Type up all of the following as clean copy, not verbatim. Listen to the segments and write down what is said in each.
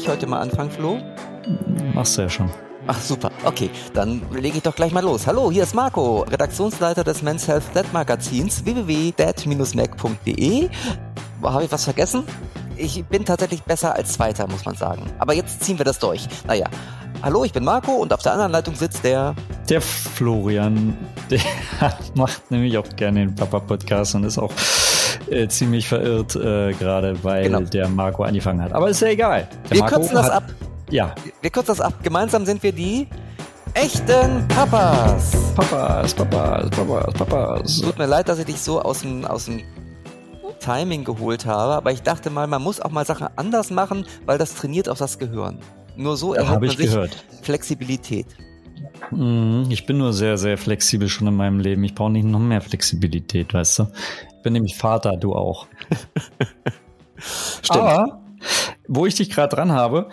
ich heute mal anfangen, Flo? Machst du ja schon. Ach super, okay, dann lege ich doch gleich mal los. Hallo, hier ist Marco, Redaktionsleiter des Men's Health Dad Magazins www.dad-mag.de. Habe ich was vergessen? Ich bin tatsächlich besser als Zweiter, muss man sagen. Aber jetzt ziehen wir das durch. Naja, hallo, ich bin Marco und auf der anderen Leitung sitzt der Florian, der macht nämlich auch gerne den Papa-Podcast und ist auch ziemlich verirrt gerade, weil der Marco angefangen hat. Aber ist ja egal. Wir kürzen das ab. Ja. Wir kürzen das ab. Gemeinsam sind wir die echten Papas. Papas. Tut mir leid, dass ich dich so aus dem Timing geholt habe, aber ich dachte mal, man muss auch mal Sachen anders machen, weil das trainiert auch das Gehirn. Nur so erhält man sich Flexibilität. Ich bin nur sehr, sehr flexibel schon in meinem Leben. Ich brauche nicht noch mehr Flexibilität, weißt du? Ich bin nämlich Vater, du auch. Stimmt. Aber wo ich dich gerade dran habe,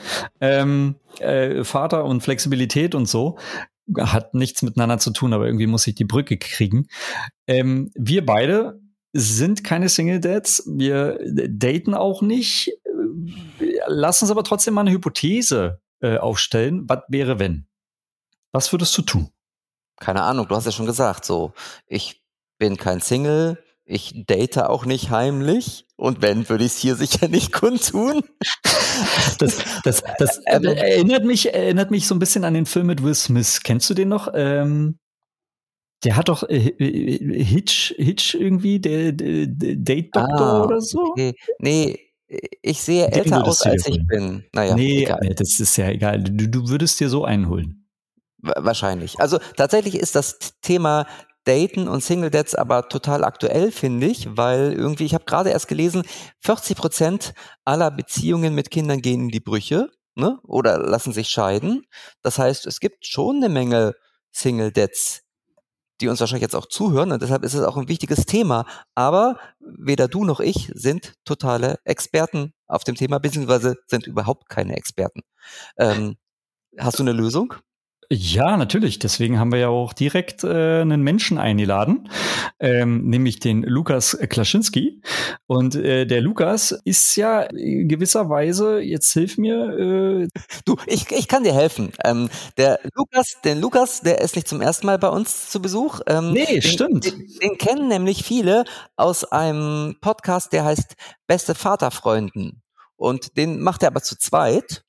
Vater und Flexibilität und so, hat nichts miteinander zu tun, aber irgendwie muss ich die Brücke kriegen. Wir beide sind keine Single Dads, wir daten auch nicht. Lass uns aber trotzdem mal eine Hypothese aufstellen. Was wäre, wenn? Was würdest du tun? Keine Ahnung, du hast ja schon gesagt, so, ich bin kein Single, ich date auch nicht heimlich und wenn, würde ich es hier sicher nicht kundtun. Das erinnert mich so ein bisschen an den Film mit Will Smith. Kennst du den noch? Der hat doch Hitch irgendwie, der Date-Doktor oder so? Okay. Nee, ich sehe älter aus, als ich bin. Naja, egal. Das ist ja egal. Du würdest dir so einen holen. Wahrscheinlich. Also tatsächlich ist das Thema Daten und Single Dads aber total aktuell, finde ich, weil irgendwie, ich habe gerade erst gelesen, 40% aller Beziehungen mit Kindern gehen in die Brüche, ne? Oder lassen sich scheiden. Das heißt, es gibt schon eine Menge Single Dads, die uns wahrscheinlich jetzt auch zuhören und deshalb ist es auch ein wichtiges Thema. Aber weder du noch ich sind totale Experten auf dem Thema, beziehungsweise sind überhaupt keine Experten. Hast du eine Lösung? Ja, natürlich. Deswegen haben wir ja auch direkt einen Menschen eingeladen, nämlich den Lukas Klaschinski. Und der Lukas ist ja in gewisser Weise, jetzt hilf mir. Du, ich kann dir helfen. Den Lukas, der ist nicht zum ersten Mal bei uns zu Besuch. Stimmt. Den kennen nämlich viele aus einem Podcast, der heißt Beste Vaterfreunden. Und den macht er aber zu zweit.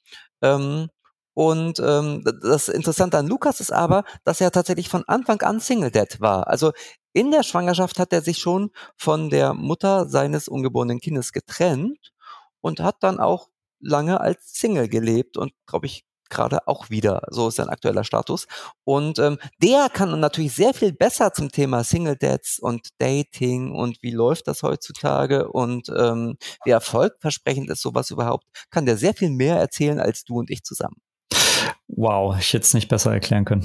Das Interessante an Lukas ist aber, dass er tatsächlich von Anfang an Single Dad war. Also in der Schwangerschaft hat er sich schon von der Mutter seines ungeborenen Kindes getrennt und hat dann auch lange als Single gelebt und glaube ich gerade auch wieder. So ist sein aktueller Status. Und der kann natürlich sehr viel besser zum Thema Single Dads und Dating und wie läuft das heutzutage und wie erfolgversprechend ist sowas überhaupt, kann der sehr viel mehr erzählen als du und ich zusammen. Wow, ich hätte es nicht besser erklären können.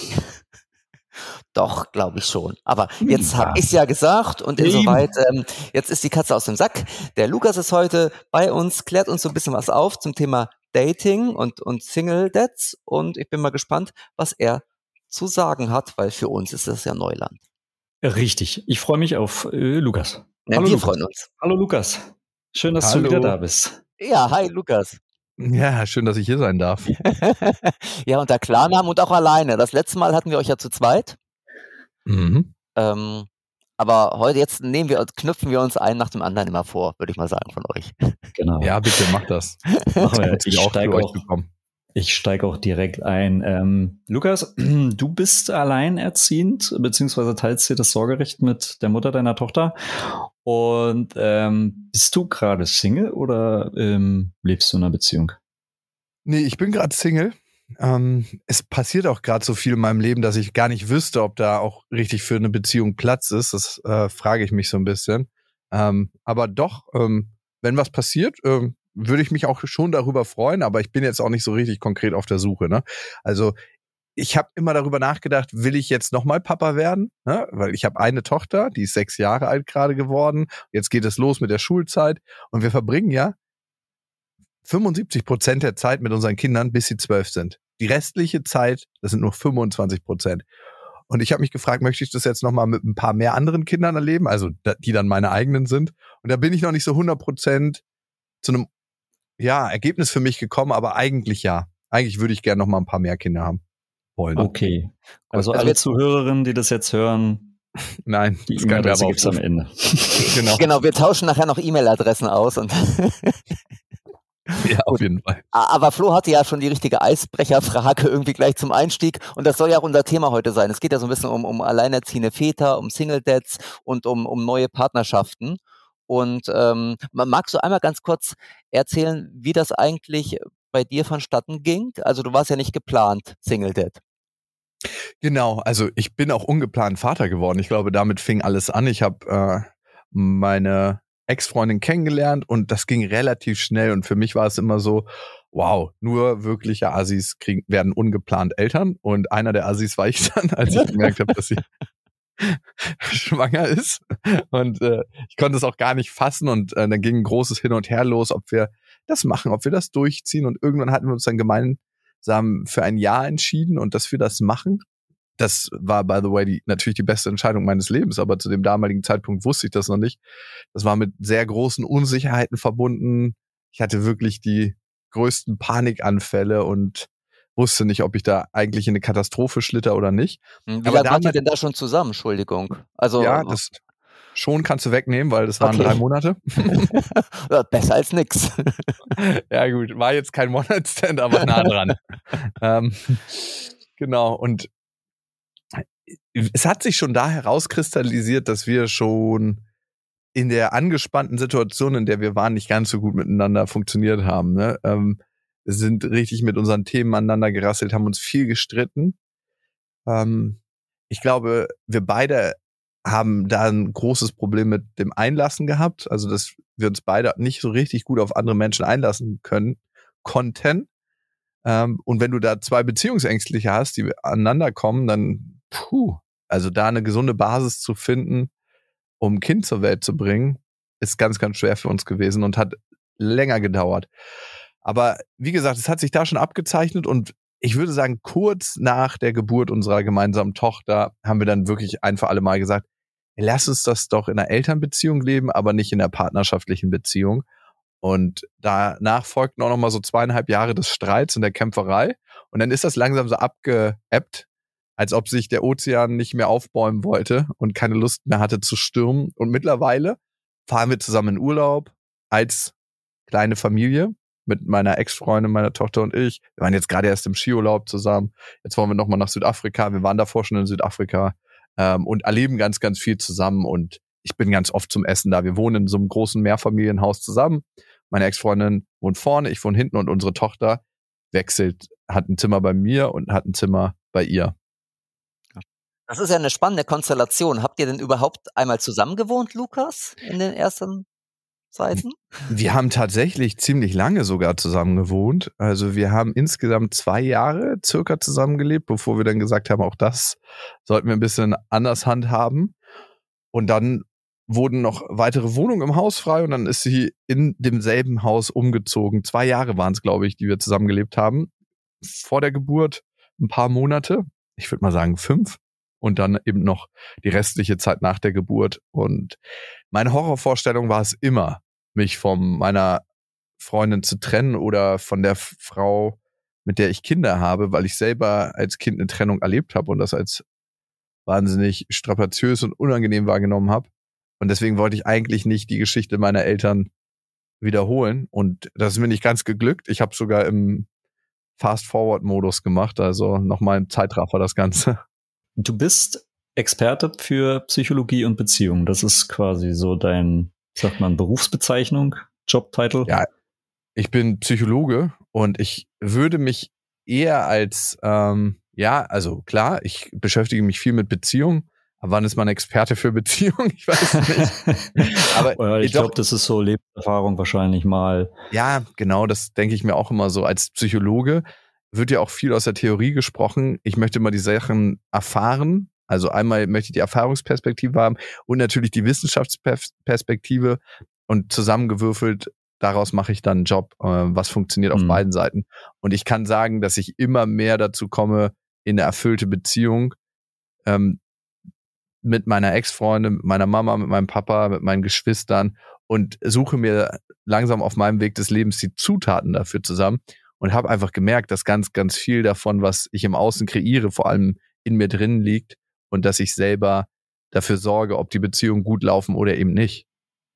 Doch, glaube ich schon. Aber jetzt habe ich es ja gesagt und insoweit, jetzt ist die Katze aus dem Sack. Der Lukas ist heute bei uns, klärt uns so ein bisschen was auf zum Thema Dating und Single Dads und ich bin mal gespannt, was er zu sagen hat, weil für uns ist das ja Neuland. Richtig. Ich freue mich auf Lukas. Ja, Hallo, wir Lukas. freuen uns. Hallo Lukas. Schön, dass du wieder da bist. Ja, hi Lukas. Ja, schön, dass ich hier sein darf. Ja, unter Klarnamen und auch alleine. Das letzte Mal hatten wir euch ja zu zweit. Mhm. Aber heute knüpfen wir uns einen nach dem anderen immer vor, würde ich mal sagen, von euch. Genau. Ja, bitte mach das. Ich steige auch direkt ein. Lukas, du bist alleinerziehend, beziehungsweise teilst dir das Sorgerecht mit der Mutter deiner Tochter. Und bist du gerade Single oder lebst du in einer Beziehung? Nee, ich bin gerade Single. Es passiert auch gerade so viel in meinem Leben, dass ich gar nicht wüsste, ob da auch richtig für eine Beziehung Platz ist. Das frage ich mich so ein bisschen. Aber doch, wenn was passiert, würde ich mich auch schon darüber freuen, aber ich bin jetzt auch nicht so richtig konkret auf der Suche, ne? Also ich habe immer darüber nachgedacht, will ich jetzt nochmal Papa werden? Ne? Weil ich habe eine Tochter, die ist 6 Jahre alt gerade geworden. Jetzt geht es los mit der Schulzeit und wir verbringen ja 75% der Zeit mit unseren Kindern, bis sie 12 sind. Die restliche Zeit, das sind nur 25%. Und ich habe mich gefragt, möchte ich das jetzt nochmal mit ein paar mehr anderen Kindern erleben, also die dann meine eigenen sind? Und da bin ich noch nicht so 100% zu einem Ergebnis für mich gekommen, aber eigentlich ja. Eigentlich würde ich gerne noch mal ein paar mehr Kinder haben wollen. Okay. Also alle Zuhörerinnen, die das jetzt hören, nein, die E-Mail-Adresse gibt's am Ende. Genau, wir tauschen nachher noch E-Mail-Adressen aus und ja, auf jeden Fall. Aber Flo hatte ja schon die richtige Eisbrecherfrage irgendwie gleich zum Einstieg und das soll ja auch unser Thema heute sein. Es geht ja so ein bisschen um alleinerziehende Väter, um Single Dads und um neue Partnerschaften. Und magst du einmal ganz kurz erzählen, wie das eigentlich bei dir vonstatten ging? Also du warst ja nicht geplant Single Dad. Genau, also ich bin auch ungeplant Vater geworden. Ich glaube, damit fing alles an. Ich habe meine Ex-Freundin kennengelernt und das ging relativ schnell und für mich war es immer so, wow, nur wirkliche Assis werden ungeplant Eltern und einer der Assis war ich dann, als ich gemerkt habe, dass sie schwanger ist und ich konnte es auch gar nicht fassen und dann ging ein großes Hin und Her los, ob wir das machen, ob wir das durchziehen und irgendwann hatten wir uns dann gemeinsam für ein Jahr entschieden und dass wir das machen. Das war, by the way, natürlich die beste Entscheidung meines Lebens, aber zu dem damaligen Zeitpunkt wusste ich das noch nicht. Das war mit sehr großen Unsicherheiten verbunden. Ich hatte wirklich die größten Panikanfälle und wusste nicht, ob ich da eigentlich in eine Katastrophe schlitter oder nicht. Wie lange wart ihr denn da schon zusammen? Entschuldigung. Also, ja, das schon kannst du wegnehmen, weil das waren 3 Monate. Besser als nix. Ja gut, war jetzt kein One-Night-Stand, aber nah dran. Genau, und es hat sich schon da herauskristallisiert, dass wir schon in der angespannten Situation, in der wir waren, nicht ganz so gut miteinander funktioniert haben. Ne? Wir sind richtig mit unseren Themen aneinander gerasselt, haben uns viel gestritten. Ich glaube, wir beide haben da ein großes Problem mit dem Einlassen gehabt. Also, dass wir uns beide nicht so richtig gut auf andere Menschen einlassen konnten. Und wenn du da 2 Beziehungsängstliche hast, die aneinander kommen, dann also da eine gesunde Basis zu finden, um ein Kind zur Welt zu bringen, ist ganz, ganz schwer für uns gewesen und hat länger gedauert. Aber wie gesagt, es hat sich da schon abgezeichnet und ich würde sagen, kurz nach der Geburt unserer gemeinsamen Tochter haben wir dann wirklich ein für alle Mal gesagt, lass uns das doch in einer Elternbeziehung leben, aber nicht in einer partnerschaftlichen Beziehung. Und danach folgten auch noch mal so 2,5 Jahre des Streits und der Kämpferei. Und dann ist das langsam so abgeebbt, als ob sich der Ozean nicht mehr aufbäumen wollte und keine Lust mehr hatte zu stürmen. Und mittlerweile fahren wir zusammen in Urlaub als kleine Familie mit meiner Ex-Freundin, meiner Tochter und ich. Wir waren jetzt gerade erst im Skiurlaub zusammen. Jetzt wollen wir nochmal nach Südafrika. Wir waren davor schon in Südafrika und erleben ganz, ganz viel zusammen. Und ich bin ganz oft zum Essen da. Wir wohnen in so einem großen Mehrfamilienhaus zusammen. Meine Ex-Freundin wohnt vorne, ich wohne hinten und unsere Tochter hat ein Zimmer bei mir und hat ein Zimmer bei ihr. Das ist ja eine spannende Konstellation. Habt ihr denn überhaupt einmal zusammen gewohnt, Lukas, in den ersten Zeiten? Wir haben tatsächlich ziemlich lange sogar zusammen gewohnt. Also wir haben insgesamt 2 Jahre circa zusammengelebt, bevor wir dann gesagt haben, auch das sollten wir ein bisschen anders handhaben. Und dann wurden noch weitere Wohnungen im Haus frei und dann ist sie in demselben Haus umgezogen. 2 Jahre waren es, glaube ich, die wir zusammengelebt haben. Vor der Geburt ein paar Monate. Ich würde mal sagen 5. Und dann eben noch die restliche Zeit nach der Geburt. Und meine Horrorvorstellung war es immer, mich von meiner Freundin zu trennen oder von der Frau, mit der ich Kinder habe, weil ich selber als Kind eine Trennung erlebt habe und das als wahnsinnig strapaziös und unangenehm wahrgenommen habe. Und deswegen wollte ich eigentlich nicht die Geschichte meiner Eltern wiederholen. Und das ist mir nicht ganz geglückt. Ich habe sogar im Fast-Forward-Modus gemacht, also nochmal im Zeitraffer das Ganze. Du bist Experte für Psychologie und Beziehungen. Das ist quasi so dein, sagt man, Berufsbezeichnung, Jobtitel? Ja, ich bin Psychologe und ich würde mich eher als, also klar, ich beschäftige mich viel mit Beziehungen. Aber wann ist man Experte für Beziehungen? Ich weiß nicht. Aber ich glaube, das ist so Lebenserfahrung wahrscheinlich mal. Ja, genau, das denke ich mir auch immer so. Als Psychologe wird ja auch viel aus der Theorie gesprochen. Ich möchte mal die Sachen erfahren. Also einmal möchte ich die Erfahrungsperspektive haben und natürlich die Wissenschaftsperspektive und zusammengewürfelt, daraus mache ich dann einen Job, was funktioniert auf beiden Seiten. Und ich kann sagen, dass ich immer mehr dazu komme, in eine erfüllte Beziehung mit meiner Ex-Freundin, mit meiner Mama, mit meinem Papa, mit meinen Geschwistern und suche mir langsam auf meinem Weg des Lebens die Zutaten dafür zusammen und habe einfach gemerkt, dass ganz, ganz viel davon, was ich im Außen kreiere, vor allem in mir drin liegt und dass ich selber dafür sorge, ob die Beziehungen gut laufen oder eben nicht.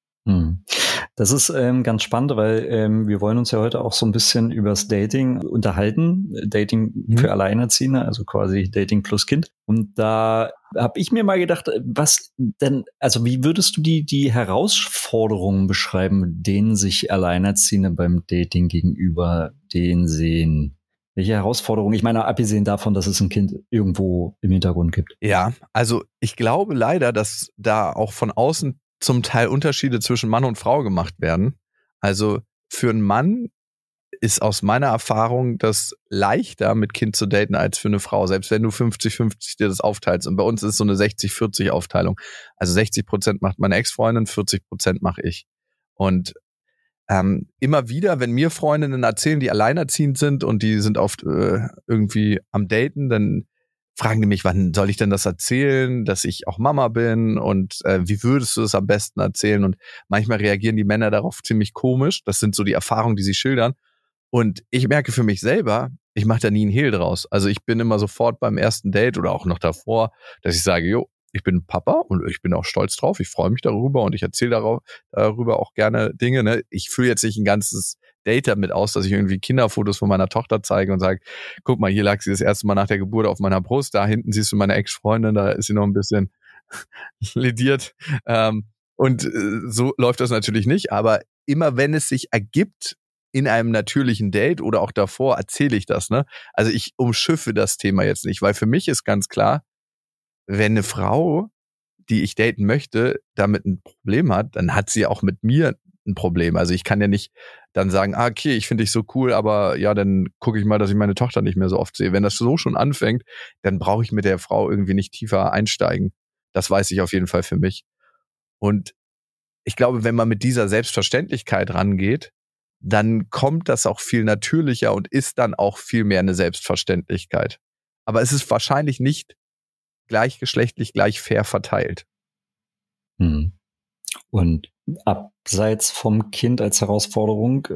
Das ist ganz spannend, weil wir wollen uns ja heute auch so ein bisschen übers Dating unterhalten. Dating für Alleinerziehende, also quasi Dating plus Kind. Und da habe ich mir mal gedacht, was denn, also wie würdest du die Herausforderungen beschreiben, denen sich Alleinerziehende beim Dating gegenüber denen sehen? Welche Herausforderungen? Ich meine, abgesehen davon, dass es ein Kind irgendwo im Hintergrund gibt. Ja, also ich glaube leider, dass da auch von außen zum Teil Unterschiede zwischen Mann und Frau gemacht werden. Also für einen Mann ist aus meiner Erfahrung das leichter, mit Kind zu daten, als für eine Frau. Selbst wenn du 50-50 dir das aufteilst. Und bei uns ist so eine 60-40 Aufteilung. Also 60% macht meine Ex-Freundin, 40% mache ich. Und immer wieder, wenn mir Freundinnen erzählen, die alleinerziehend sind und die sind oft irgendwie am Daten, dann fragen die mich, wann soll ich denn das erzählen, dass ich auch Mama bin und wie würdest du das am besten erzählen? Und manchmal reagieren die Männer darauf ziemlich komisch. Das sind so die Erfahrungen, die sie schildern. Und ich merke für mich selber, ich mache da nie einen Hehl draus. Also ich bin immer sofort beim ersten Date oder auch noch davor, dass ich sage, jo, ich bin Papa und ich bin auch stolz drauf, ich freue mich darüber und ich erzähle darüber auch gerne Dinge. Ne? Ich fülle jetzt nicht ein ganzes Date damit aus, dass ich irgendwie Kinderfotos von meiner Tochter zeige und sage, guck mal, hier lag sie das erste Mal nach der Geburt auf meiner Brust, da hinten siehst du meine Ex-Freundin, da ist sie noch ein bisschen lediert. Und so läuft das natürlich nicht, aber immer wenn es sich ergibt, in einem natürlichen Date oder auch davor, erzähle ich das. Ne? Also ich umschiffe das Thema jetzt nicht, weil für mich ist ganz klar, wenn eine Frau, die ich daten möchte, damit ein Problem hat, dann hat sie auch mit mir ein Problem. Also ich kann ja nicht dann sagen, okay, ich finde dich so cool, aber ja, dann gucke ich mal, dass ich meine Tochter nicht mehr so oft sehe. Wenn das so schon anfängt, dann brauche ich mit der Frau irgendwie nicht tiefer einsteigen. Das weiß ich auf jeden Fall für mich. Und ich glaube, wenn man mit dieser Selbstverständlichkeit rangeht, dann kommt das auch viel natürlicher und ist dann auch viel mehr eine Selbstverständlichkeit. Aber es ist wahrscheinlich nicht gleichgeschlechtlich gleich fair verteilt. Und abseits vom Kind als Herausforderung,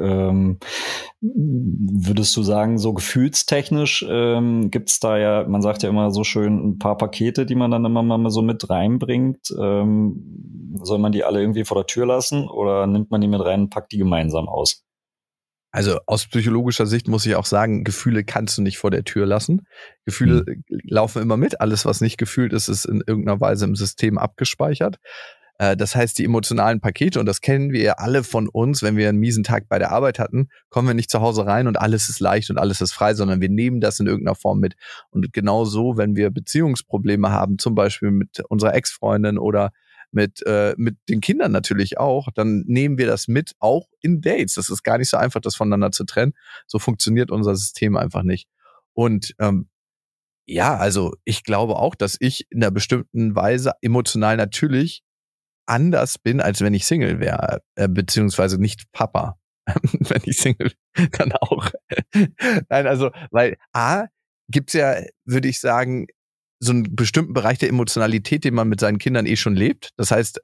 würdest du sagen, so gefühlstechnisch gibt's da ja, man sagt ja immer so schön, ein paar Pakete, die man dann immer mal so mit reinbringt. Soll man die alle irgendwie vor der Tür lassen oder nimmt man die mit rein und packt die gemeinsam aus? Also aus psychologischer Sicht muss ich auch sagen, Gefühle kannst du nicht vor der Tür lassen. Gefühle laufen immer mit. Alles, was nicht gefühlt ist, ist in irgendeiner Weise im System abgespeichert. Das heißt, die emotionalen Pakete, und das kennen wir ja alle von uns, wenn wir einen miesen Tag bei der Arbeit hatten, kommen wir nicht zu Hause rein und alles ist leicht und alles ist frei, sondern wir nehmen das in irgendeiner Form mit. Und genau so, wenn wir Beziehungsprobleme haben, zum Beispiel mit unserer Ex-Freundin oder mit den Kindern natürlich auch, dann nehmen wir das mit, auch in Dates. Das ist gar nicht so einfach, das voneinander zu trennen. So funktioniert unser System einfach nicht. Und ja, also ich glaube auch, dass ich in einer bestimmten Weise emotional natürlich anders bin, als wenn ich Single wäre, beziehungsweise nicht Papa. Wenn ich Single, dann auch. Nein, also, weil gibt's ja, würde ich sagen, so einen bestimmten Bereich der Emotionalität, den man mit seinen Kindern schon lebt. Das heißt,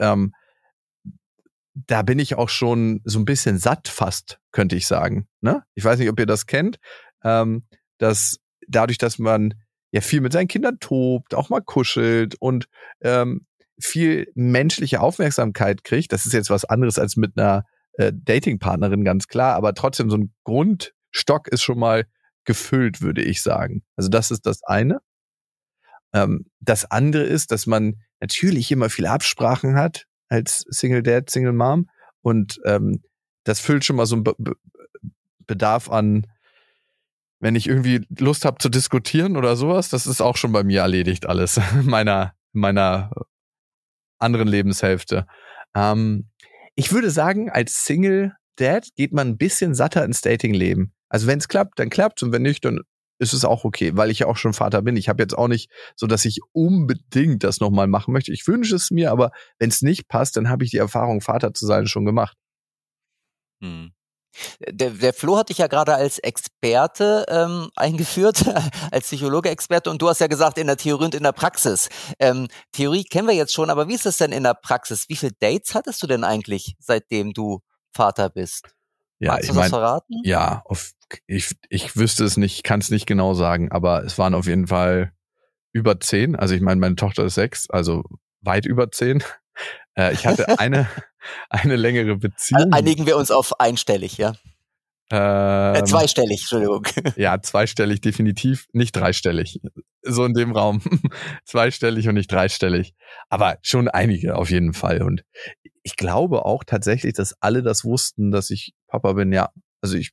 da bin ich auch schon so ein bisschen satt fast, könnte ich sagen. Ne? Ich weiß nicht, ob ihr das kennt, dass dadurch, dass man ja viel mit seinen Kindern tobt, auch mal kuschelt und viel menschliche Aufmerksamkeit kriegt. Das ist jetzt was anderes als mit einer Datingpartnerin, ganz klar, aber trotzdem so ein Grundstock ist schon mal gefüllt, würde ich sagen. Also das ist das eine. Das andere ist, dass man natürlich immer viele Absprachen hat als Single Dad, Single Mom und das füllt schon mal so einen Bedarf an, wenn ich irgendwie Lust habe zu diskutieren oder sowas, das ist auch schon bei mir erledigt alles, meiner anderen Lebenshälfte. Ich würde sagen, als Single Dad geht man ein bisschen satter ins Dating-Leben. Also wenn es klappt, dann klappt's und wenn nicht, dann ist es auch okay, weil ich ja auch schon Vater bin. Ich habe jetzt auch nicht so, dass ich unbedingt das nochmal machen möchte. Ich wünsche es mir, aber wenn es nicht passt, dann habe ich die Erfahrung, Vater zu sein, schon gemacht. Der Flo hat dich ja gerade als Experte eingeführt, als Psychologe-Experte, und du hast ja gesagt, in der Theorie und in der Praxis. Theorie kennen wir jetzt schon, aber wie ist es denn in der Praxis? Wie viele Dates hattest du denn eigentlich, seitdem du Vater bist? Ja, Magst ich du das meine, verraten? ja, ich wüsste es nicht, kann es nicht genau sagen, aber es waren auf jeden Fall über 10. Also ich meine, meine Tochter ist 6, also weit über 10. Ich hatte eine längere Beziehung. Einigen wir uns auf einstellig, ja? Zweistellig, Entschuldigung. Ja, zweistellig definitiv, nicht dreistellig. So in dem Raum. Zweistellig und nicht dreistellig. Aber schon einige auf jeden Fall. Und ich glaube auch tatsächlich, dass alle das wussten, dass ich Papa bin. Ja, also ich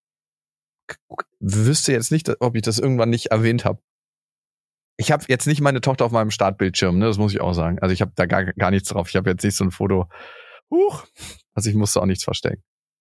wüsste jetzt nicht, ob ich das irgendwann nicht erwähnt habe. Ich habe jetzt nicht meine Tochter auf meinem Startbildschirm, ne, das muss ich auch sagen. Also ich habe da gar nichts drauf. Ich habe jetzt nicht so ein Foto. Also ich musste auch nichts verstecken.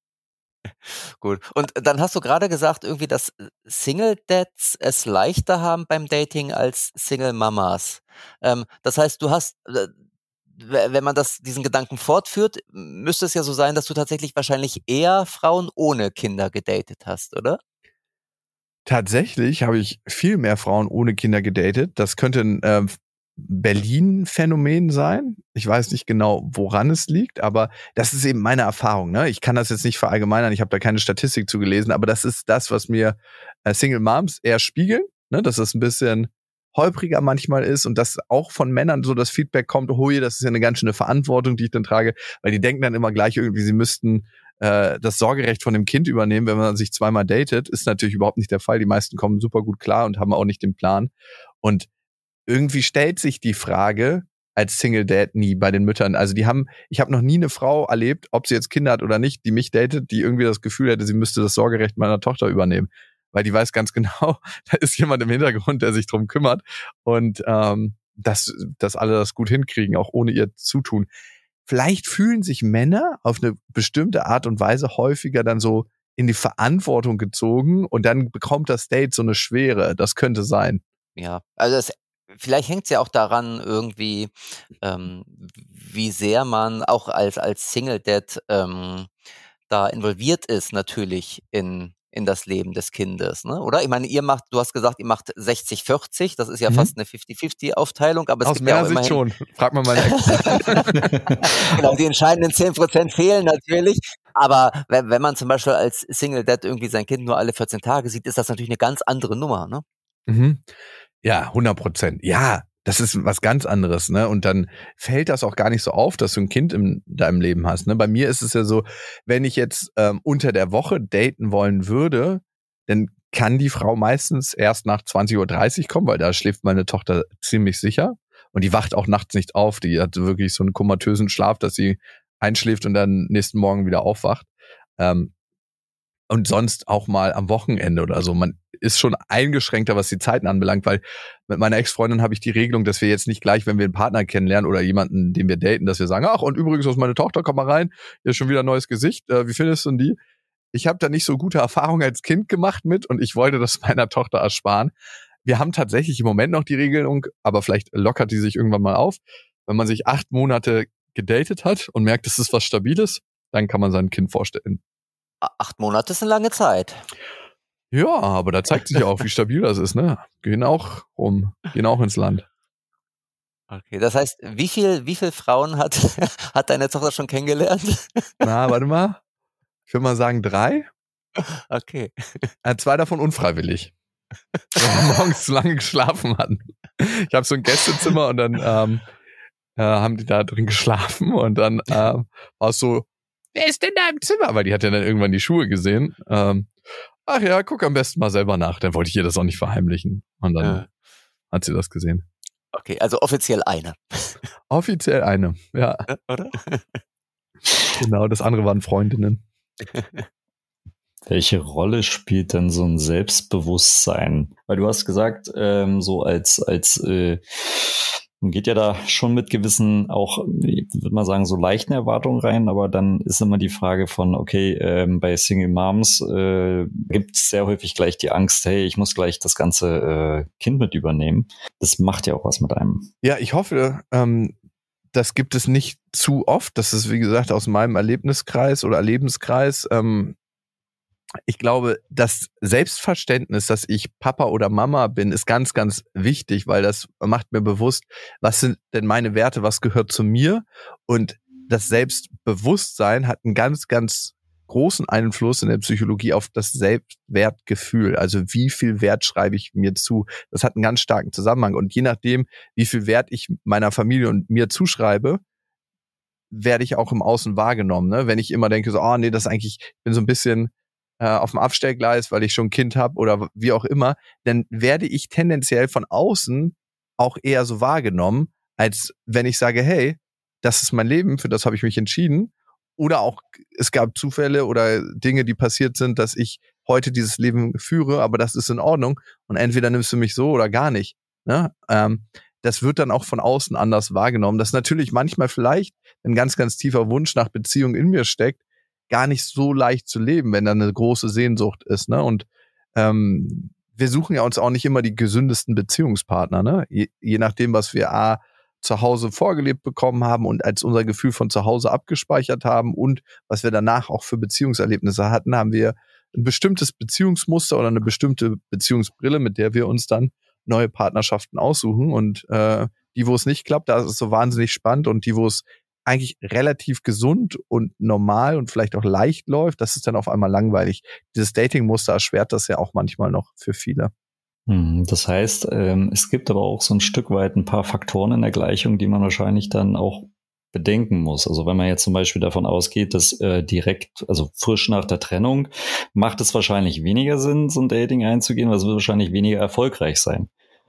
Gut. Und dann hast du gerade gesagt, irgendwie, dass Single-Dads es leichter haben beim Dating als Single-Mamas. Das heißt, du hast, wenn man diesen Gedanken fortführt, müsste es ja so sein, dass du tatsächlich wahrscheinlich eher Frauen ohne Kinder gedatet hast, oder? Tatsächlich habe ich viel mehr Frauen ohne Kinder gedatet. Das könnte ein Berlin-Phänomen sein. Ich weiß nicht genau, woran es liegt, aber das ist eben meine Erfahrung. Ne? Ich kann das jetzt nicht verallgemeinern, ich habe da keine Statistik zu gelesen, aber das ist das, was mir Single Moms eher spiegeln, ne? Dass es ein bisschen holpriger manchmal ist und dass auch von Männern so das Feedback kommt, oh je, das ist ja eine ganz schöne Verantwortung, die ich dann trage, weil die denken dann immer gleich irgendwie, sie müssten das Sorgerecht von dem Kind übernehmen, wenn man sich zweimal datet. Ist natürlich überhaupt nicht der Fall. Die meisten kommen super gut klar und haben auch nicht den Plan. Und irgendwie stellt sich die Frage als Single Dad nie bei den Müttern. Also ich habe noch nie eine Frau erlebt, ob sie jetzt Kinder hat oder nicht, die mich datet, die irgendwie das Gefühl hätte, sie müsste das Sorgerecht meiner Tochter übernehmen. Weil die weiß ganz genau, da ist jemand im Hintergrund, der sich drum kümmert und dass alle das gut hinkriegen, auch ohne ihr Zutun. Vielleicht fühlen sich Männer auf eine bestimmte Art und Weise häufiger dann so in die Verantwortung gezogen und dann bekommt das Date so eine Schwere. Das könnte sein. Ja, also vielleicht hängt es ja auch daran irgendwie, wie sehr man auch als Single-Dad da involviert ist natürlich in das Leben des Kindes, ne? Oder? Ich meine, du hast gesagt, ihr macht 60-40, das ist ja fast eine 50-50-Aufteilung, aber es Aus gibt ja auch Männersicht immerhin schon. Frag mal meine Ex. genau, die entscheidenden 10% fehlen natürlich. Aber wenn man zum Beispiel als Single-Dad irgendwie sein Kind nur alle 14 Tage sieht, ist das natürlich eine ganz andere Nummer, ne? Mhm. Ja, 100%. Ja, das ist was ganz anderes, ne? Und dann fällt das auch gar nicht so auf, dass du ein Kind in deinem Leben hast, ne? Bei mir ist es ja so, wenn ich jetzt unter der Woche daten wollen würde, dann kann die Frau meistens erst nach 20:30 Uhr kommen, weil da schläft meine Tochter ziemlich sicher. Und die wacht auch nachts nicht auf. Die hat wirklich so einen komatösen Schlaf, dass sie einschläft und dann nächsten Morgen wieder aufwacht. Und sonst auch mal am Wochenende oder so. Man ist schon eingeschränkter, was die Zeiten anbelangt, weil mit meiner Ex-Freundin habe ich die Regelung, dass wir jetzt nicht gleich, wenn wir einen Partner kennenlernen oder jemanden, den wir daten, dass wir sagen, ach, und übrigens, das ist meine Tochter, komm mal rein, hier ist schon wieder ein neues Gesicht, wie findest du denn die? Ich habe da nicht so gute Erfahrungen als Kind gemacht mit und ich wollte das meiner Tochter ersparen. Wir haben tatsächlich im Moment noch die Regelung, aber vielleicht lockert die sich irgendwann mal auf. Wenn man sich 8 Monate gedatet hat und merkt, es ist was Stabiles, dann kann man sein Kind vorstellen. 8 Monate ist eine lange Zeit. Ja, aber da zeigt sich ja auch, wie stabil das ist, ne? Gehen auch ins Land. Okay, das heißt, wie viel Frauen hat deine Tochter schon kennengelernt? Na, warte mal. Ich würde mal sagen 3. Okay. 2 davon unfreiwillig. Weil wir morgens zu lange geschlafen hatten. Ich habe so ein Gästezimmer und dann haben die da drin geschlafen und dann war es so, wer ist denn da im Zimmer? Weil die hat ja dann irgendwann die Schuhe gesehen. Ach ja, guck am besten mal selber nach. Dann wollte ich ihr das auch nicht verheimlichen. Und dann hat sie das gesehen. Okay, also offiziell eine. Offiziell eine, ja. Oder? Genau, das andere waren Freundinnen. Welche Rolle spielt denn so ein Selbstbewusstsein? Weil du hast gesagt, so als man geht ja da schon mit gewissen, auch, ich würde mal sagen, so leichten Erwartungen rein, aber dann ist immer die Frage von, okay, bei Single Moms gibt es sehr häufig gleich die Angst, hey, ich muss gleich das ganze Kind mit übernehmen. Das macht ja auch was mit einem. Ja, ich hoffe, das gibt es nicht zu oft. Das ist, wie gesagt, aus meinem Erlebniskreis oder Erlebenskreis. ich glaube, das Selbstverständnis, dass ich Papa oder Mama bin, ist ganz, ganz wichtig, weil das macht mir bewusst, was sind denn meine Werte, was gehört zu mir? Und das Selbstbewusstsein hat einen ganz, ganz großen Einfluss in der Psychologie auf das Selbstwertgefühl. Also wie viel Wert schreibe ich mir zu? Das hat einen ganz starken Zusammenhang. Und je nachdem, wie viel Wert ich meiner Familie und mir zuschreibe, werde ich auch im Außen wahrgenommen. Ne? Wenn ich immer denke, so, oh nee, das ist eigentlich, ich bin so ein bisschen auf dem Abstellgleis, weil ich schon ein Kind habe oder wie auch immer, dann werde ich tendenziell von außen auch eher so wahrgenommen, als wenn ich sage, hey, das ist mein Leben, für das habe ich mich entschieden. Oder auch, es gab Zufälle oder Dinge, die passiert sind, dass ich heute dieses Leben führe, aber das ist in Ordnung. Und entweder nimmst du mich so oder gar nicht. Ne? Das wird dann auch von außen anders wahrgenommen. Das natürlich manchmal vielleicht ein ganz, ganz tiefer Wunsch nach Beziehung in mir steckt, gar nicht so leicht zu leben, wenn da eine große Sehnsucht ist, ne? Und wir suchen ja uns auch nicht immer die gesündesten Beziehungspartner, ne? Je nachdem, was wir zu Hause vorgelebt bekommen haben und als unser Gefühl von zu Hause abgespeichert haben und was wir danach auch für Beziehungserlebnisse hatten, haben wir ein bestimmtes Beziehungsmuster oder eine bestimmte Beziehungsbrille, mit der wir uns dann neue Partnerschaften aussuchen. Und die, wo es nicht klappt, da ist es so wahnsinnig spannend, und die, wo es eigentlich relativ gesund und normal und vielleicht auch leicht läuft, das ist dann auf einmal langweilig. Dieses Dating-Muster erschwert das ja auch manchmal noch für viele. Das heißt, es gibt aber auch so ein Stück weit ein paar Faktoren in der Gleichung, die man wahrscheinlich dann auch bedenken muss. Also wenn man jetzt zum Beispiel davon ausgeht, dass direkt, also frisch nach der Trennung, macht es wahrscheinlich weniger Sinn, so ein Dating einzugehen, weil es wird wahrscheinlich weniger erfolgreich sein,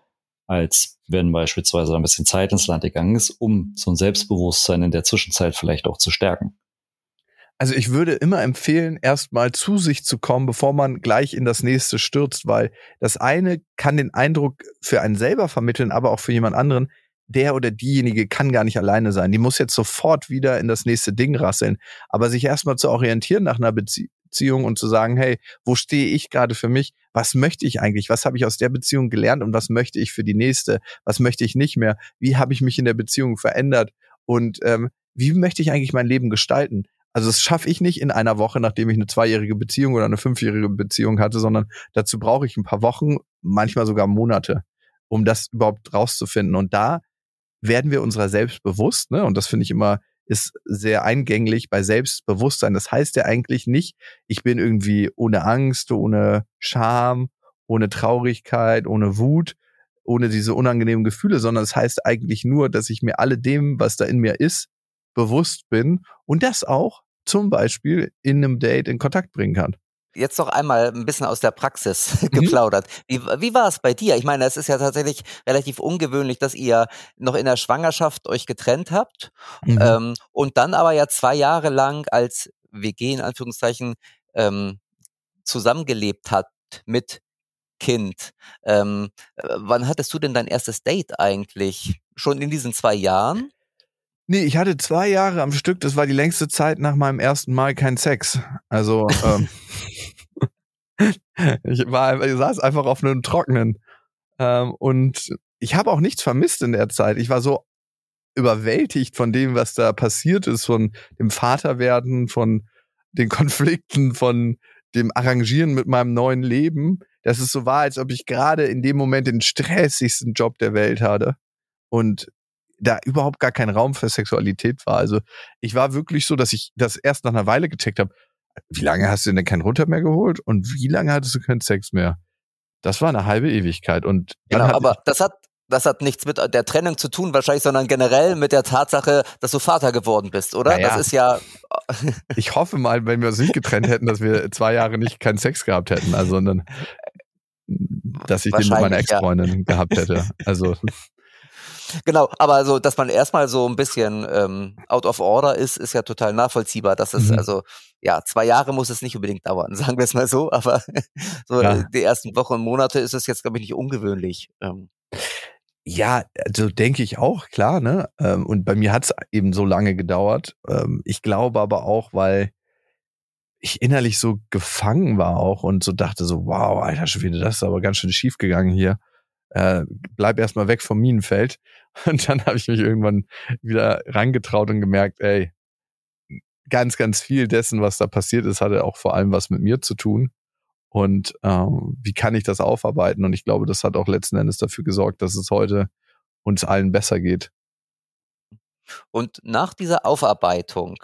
als wenn beispielsweise ein bisschen Zeit ins Land gegangen ist, um so ein Selbstbewusstsein in der Zwischenzeit vielleicht auch zu stärken. Also ich würde immer empfehlen, erstmal zu sich zu kommen, bevor man gleich in das nächste stürzt, weil das eine kann den Eindruck für einen selber vermitteln, aber auch für jemand anderen, der oder diejenige kann gar nicht alleine sein. Die muss jetzt sofort wieder in das nächste Ding rasseln. Aber sich erstmal zu orientieren nach einer Beziehung und zu sagen, hey, wo stehe ich gerade für mich? Was möchte ich eigentlich? Was habe ich aus der Beziehung gelernt und was möchte ich für die nächste? Was möchte ich nicht mehr? Wie habe ich mich in der Beziehung verändert? Und wie möchte ich eigentlich mein Leben gestalten? Also das schaffe ich nicht in einer Woche, nachdem ich eine 2-jährige Beziehung oder eine 5-jährige Beziehung hatte, sondern dazu brauche ich ein paar Wochen, manchmal sogar Monate, um das überhaupt rauszufinden. Und da werden wir unserer selbst bewusst, ne? Und das finde ich immer, ist sehr eingänglich bei Selbstbewusstsein. Das heißt ja eigentlich nicht, ich bin irgendwie ohne Angst, ohne Scham, ohne Traurigkeit, ohne Wut, ohne diese unangenehmen Gefühle, sondern es heißt eigentlich nur, dass ich mir alledem, was da in mir ist, bewusst bin und das auch zum Beispiel in einem Date in Kontakt bringen kann. Jetzt noch einmal ein bisschen aus der Praxis geplaudert. Wie war es bei dir? Ich meine, es ist ja tatsächlich relativ ungewöhnlich, dass ihr noch in der Schwangerschaft euch getrennt habt und dann aber ja 2 Jahre lang als WG in Anführungszeichen zusammengelebt habt mit Kind. Wann hattest du denn dein erstes Date eigentlich? Schon in diesen 2 Jahren? Nee, ich hatte 2 Jahre am Stück, das war die längste Zeit nach meinem ersten Mal kein Sex. Also ich saß einfach auf einem Trockenen. Und ich habe auch nichts vermisst in der Zeit. Ich war so überwältigt von dem, was da passiert ist, von dem Vaterwerden, von den Konflikten, von dem Arrangieren mit meinem neuen Leben. Dass es so war, als ob ich gerade in dem Moment den stressigsten Job der Welt hatte. Und da überhaupt gar kein Raum für Sexualität war. Also ich war wirklich so, dass ich das erst nach einer Weile gecheckt habe, wie lange hast du denn keinen Runter mehr geholt und wie lange hattest du keinen Sex mehr? Das war eine halbe Ewigkeit. Und dann genau, aber das hat nichts mit der Trennung zu tun wahrscheinlich, sondern generell mit der Tatsache, dass du Vater geworden bist, oder? Naja. Das ist ja... Ich hoffe mal, wenn wir uns nicht getrennt hätten, dass wir 2 Jahre nicht keinen Sex gehabt hätten, also sondern dass ich den mit meiner Ex-Freundin gehabt hätte. Also genau, aber so, dass man erstmal so ein bisschen out of order ist ja total nachvollziehbar. Dass es also, ja, 2 Jahre muss es nicht unbedingt dauern, sagen wir es mal so, aber so die ersten Wochen und Monate ist es jetzt, glaube ich, nicht ungewöhnlich. Ja, also denke ich auch, klar, ne? Und bei mir hat es eben so lange gedauert. Ich glaube aber auch, weil ich innerlich so gefangen war auch und so dachte so, wow, alter Schwede, das ist aber ganz schön schief gegangen hier. Bleib erstmal weg vom Minenfeld. Und dann habe ich mich irgendwann wieder rangetraut und gemerkt, ey, ganz, ganz viel dessen, was da passiert ist, hatte auch vor allem was mit mir zu tun. Und wie kann ich das aufarbeiten? Und ich glaube, das hat auch letzten Endes dafür gesorgt, dass es heute uns allen besser geht. Und nach dieser Aufarbeitung,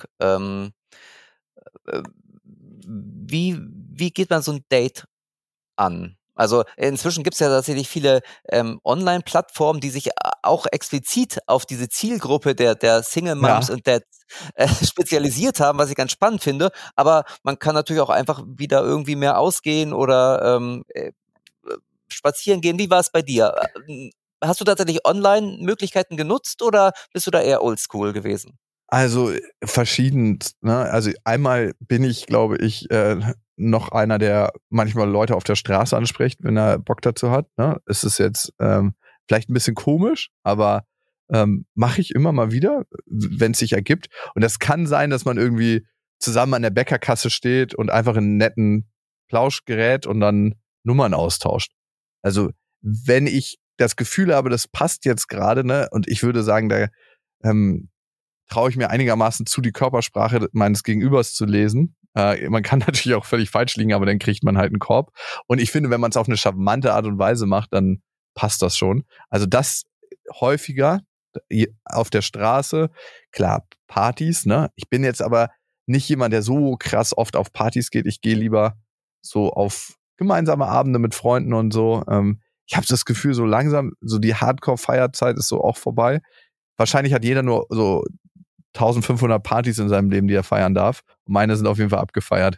wie geht man so ein Date an? Also inzwischen gibt es ja tatsächlich viele Online-Plattformen, die sich auch explizit auf diese Zielgruppe der Single Moms Ja. und Dads spezialisiert haben, was ich ganz spannend finde. Aber man kann natürlich auch einfach wieder irgendwie mehr ausgehen oder spazieren gehen. Wie war es bei dir? Hast du tatsächlich Online-Möglichkeiten genutzt oder bist du da eher oldschool gewesen? Also verschieden, ne? Also einmal bin ich, glaube ich, noch einer, der manchmal Leute auf der Straße anspricht, wenn er Bock dazu hat. Ne? Es ist jetzt vielleicht ein bisschen komisch, aber mache ich immer mal wieder, wenn es sich ergibt. Und das kann sein, dass man irgendwie zusammen an der Bäckerkasse steht und einfach in einen netten Plausch gerät und dann Nummern austauscht. Also wenn ich das Gefühl habe, das passt jetzt gerade, ne, und ich würde sagen, da traue ich mir einigermaßen zu, die Körpersprache meines Gegenübers zu lesen. Man kann natürlich auch völlig falsch liegen, aber dann kriegt man halt einen Korb. Und ich finde, wenn man es auf eine charmante Art und Weise macht, dann passt das schon. Also das häufiger auf der Straße. Klar, Partys, ne? Ich bin jetzt aber nicht jemand, der so krass oft auf Partys geht. Ich gehe lieber so auf gemeinsame Abende mit Freunden und so. Ich habe das Gefühl, so langsam, so die Hardcore-Feierzeit ist so auch vorbei. Wahrscheinlich hat jeder nur so 1500 Partys in seinem Leben, die er feiern darf. Und meine sind auf jeden Fall abgefeiert.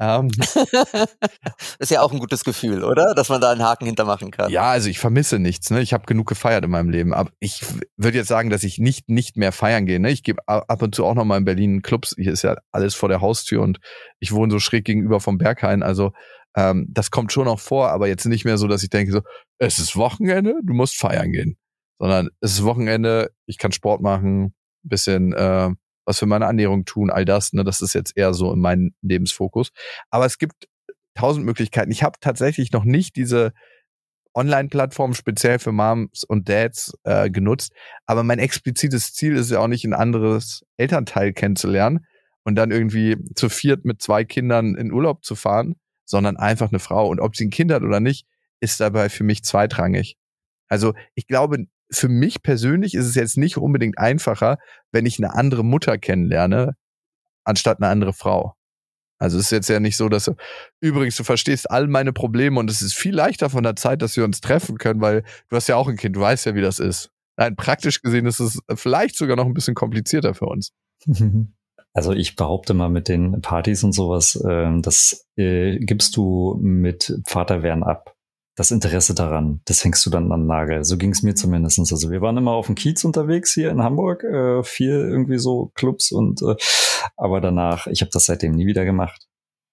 Ist ja auch ein gutes Gefühl, oder? Dass man da einen Haken hintermachen kann. Ja, also ich vermisse nichts. Ne? Ich habe genug gefeiert in meinem Leben. Aber ich würde jetzt sagen, dass ich nicht mehr feiern gehe. Ne? Ich gehe ab und zu auch noch mal in Berlin in Clubs. Hier ist ja alles vor der Haustür und ich wohne so schräg gegenüber vom Berghain. Also das kommt schon auch vor, aber jetzt nicht mehr so, dass ich denke so, es ist Wochenende, du musst feiern gehen. Sondern es ist Wochenende, ich kann Sport machen, ein bisschen was für meine Ernährung tun, all das. Ne? Das ist jetzt eher so in meinem Lebensfokus. Aber es gibt 1000 Möglichkeiten. Ich habe tatsächlich noch nicht diese Online-Plattform speziell für Moms und Dads genutzt. Aber mein explizites Ziel ist ja auch nicht, ein anderes Elternteil kennenzulernen und dann irgendwie zu viert mit 2 Kindern in Urlaub zu fahren, sondern einfach eine Frau. Und ob sie ein Kind hat oder nicht, ist dabei für mich zweitrangig. Also ich glaube, für mich persönlich ist es jetzt nicht unbedingt einfacher, wenn ich eine andere Mutter kennenlerne, anstatt eine andere Frau. Also es ist jetzt ja nicht so, dass übrigens, du verstehst all meine Probleme und es ist viel leichter von der Zeit, dass wir uns treffen können, weil du hast ja auch ein Kind, du weißt ja, wie das ist. Nein, praktisch gesehen ist es vielleicht sogar noch ein bisschen komplizierter für uns. Also ich behaupte mal mit den Partys und sowas, das gibst du mit Vaterwerden ab. Das Interesse daran, das hängst du dann an den Nagel. So ging es mir zumindest. Also wir waren immer auf dem Kiez unterwegs hier in Hamburg, viel irgendwie so Clubs und aber danach, ich habe das seitdem nie wieder gemacht.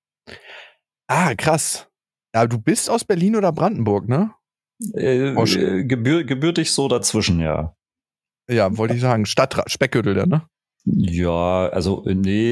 Ah, krass. Ja, du bist aus Berlin oder Brandenburg, ne? Gebürtig so dazwischen, ja. Ja, wollte ich sagen. Speckgürtel, ne? Ja, also nee,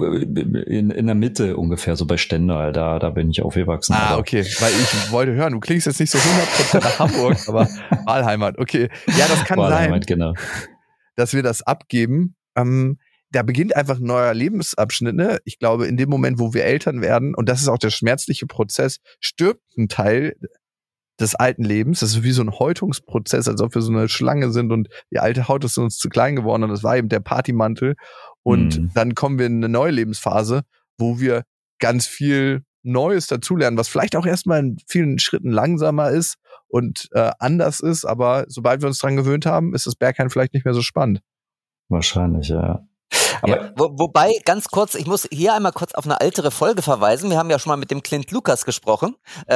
in der Mitte ungefähr, so bei Stendal, da bin ich aufgewachsen. Ah, okay, weil ich wollte hören, du klingst jetzt nicht so 100% nach Hamburg, aber Wahlheimat, okay. Ja, das kann Wahlheimat, sein, genau, dass wir das abgeben. Da beginnt einfach ein neuer Lebensabschnitt, ne? Ich glaube, in dem Moment, wo wir Eltern werden, und das ist auch der schmerzliche Prozess, stirbt ein Teil des alten Lebens. Das ist wie so ein Häutungsprozess, als ob wir so eine Schlange sind und die alte Haut ist uns zu klein geworden und das war eben der Partymantel. Und dann kommen wir in eine neue Lebensphase, wo wir ganz viel Neues dazulernen, was vielleicht auch erstmal in vielen Schritten langsamer ist und anders ist, aber sobald wir uns dran gewöhnt haben, ist das Berghain vielleicht nicht mehr so spannend. Wahrscheinlich, ja. Aber ja, wobei, ganz kurz, ich muss hier einmal kurz auf eine ältere Folge verweisen. Wir haben ja schon mal mit dem Clint Lucas gesprochen,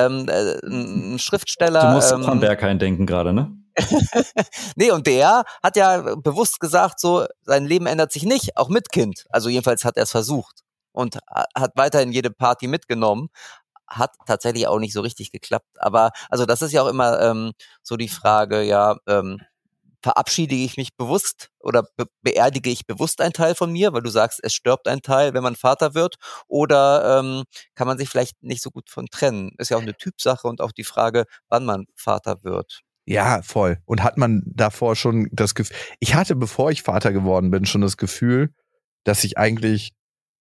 ein Schriftsteller. Du musst an Berghain denken gerade, ne? Nee, und der hat ja bewusst gesagt, so, sein Leben ändert sich nicht, auch mit Kind. Also jedenfalls hat er es versucht und hat weiterhin jede Party mitgenommen. Hat tatsächlich auch nicht so richtig geklappt. Aber also das ist ja auch immer so die Frage, ja, verabschiede ich mich bewusst oder beerdige ich bewusst einen Teil von mir, weil du sagst, es stirbt ein Teil, wenn man Vater wird, oder kann man sich vielleicht nicht so gut von trennen? Ist ja auch eine Typsache und auch die Frage, wann man Vater wird. Ja, voll. Und hat man davor schon das Gefühl, ich hatte, bevor ich Vater geworden bin, schon das Gefühl, dass ich eigentlich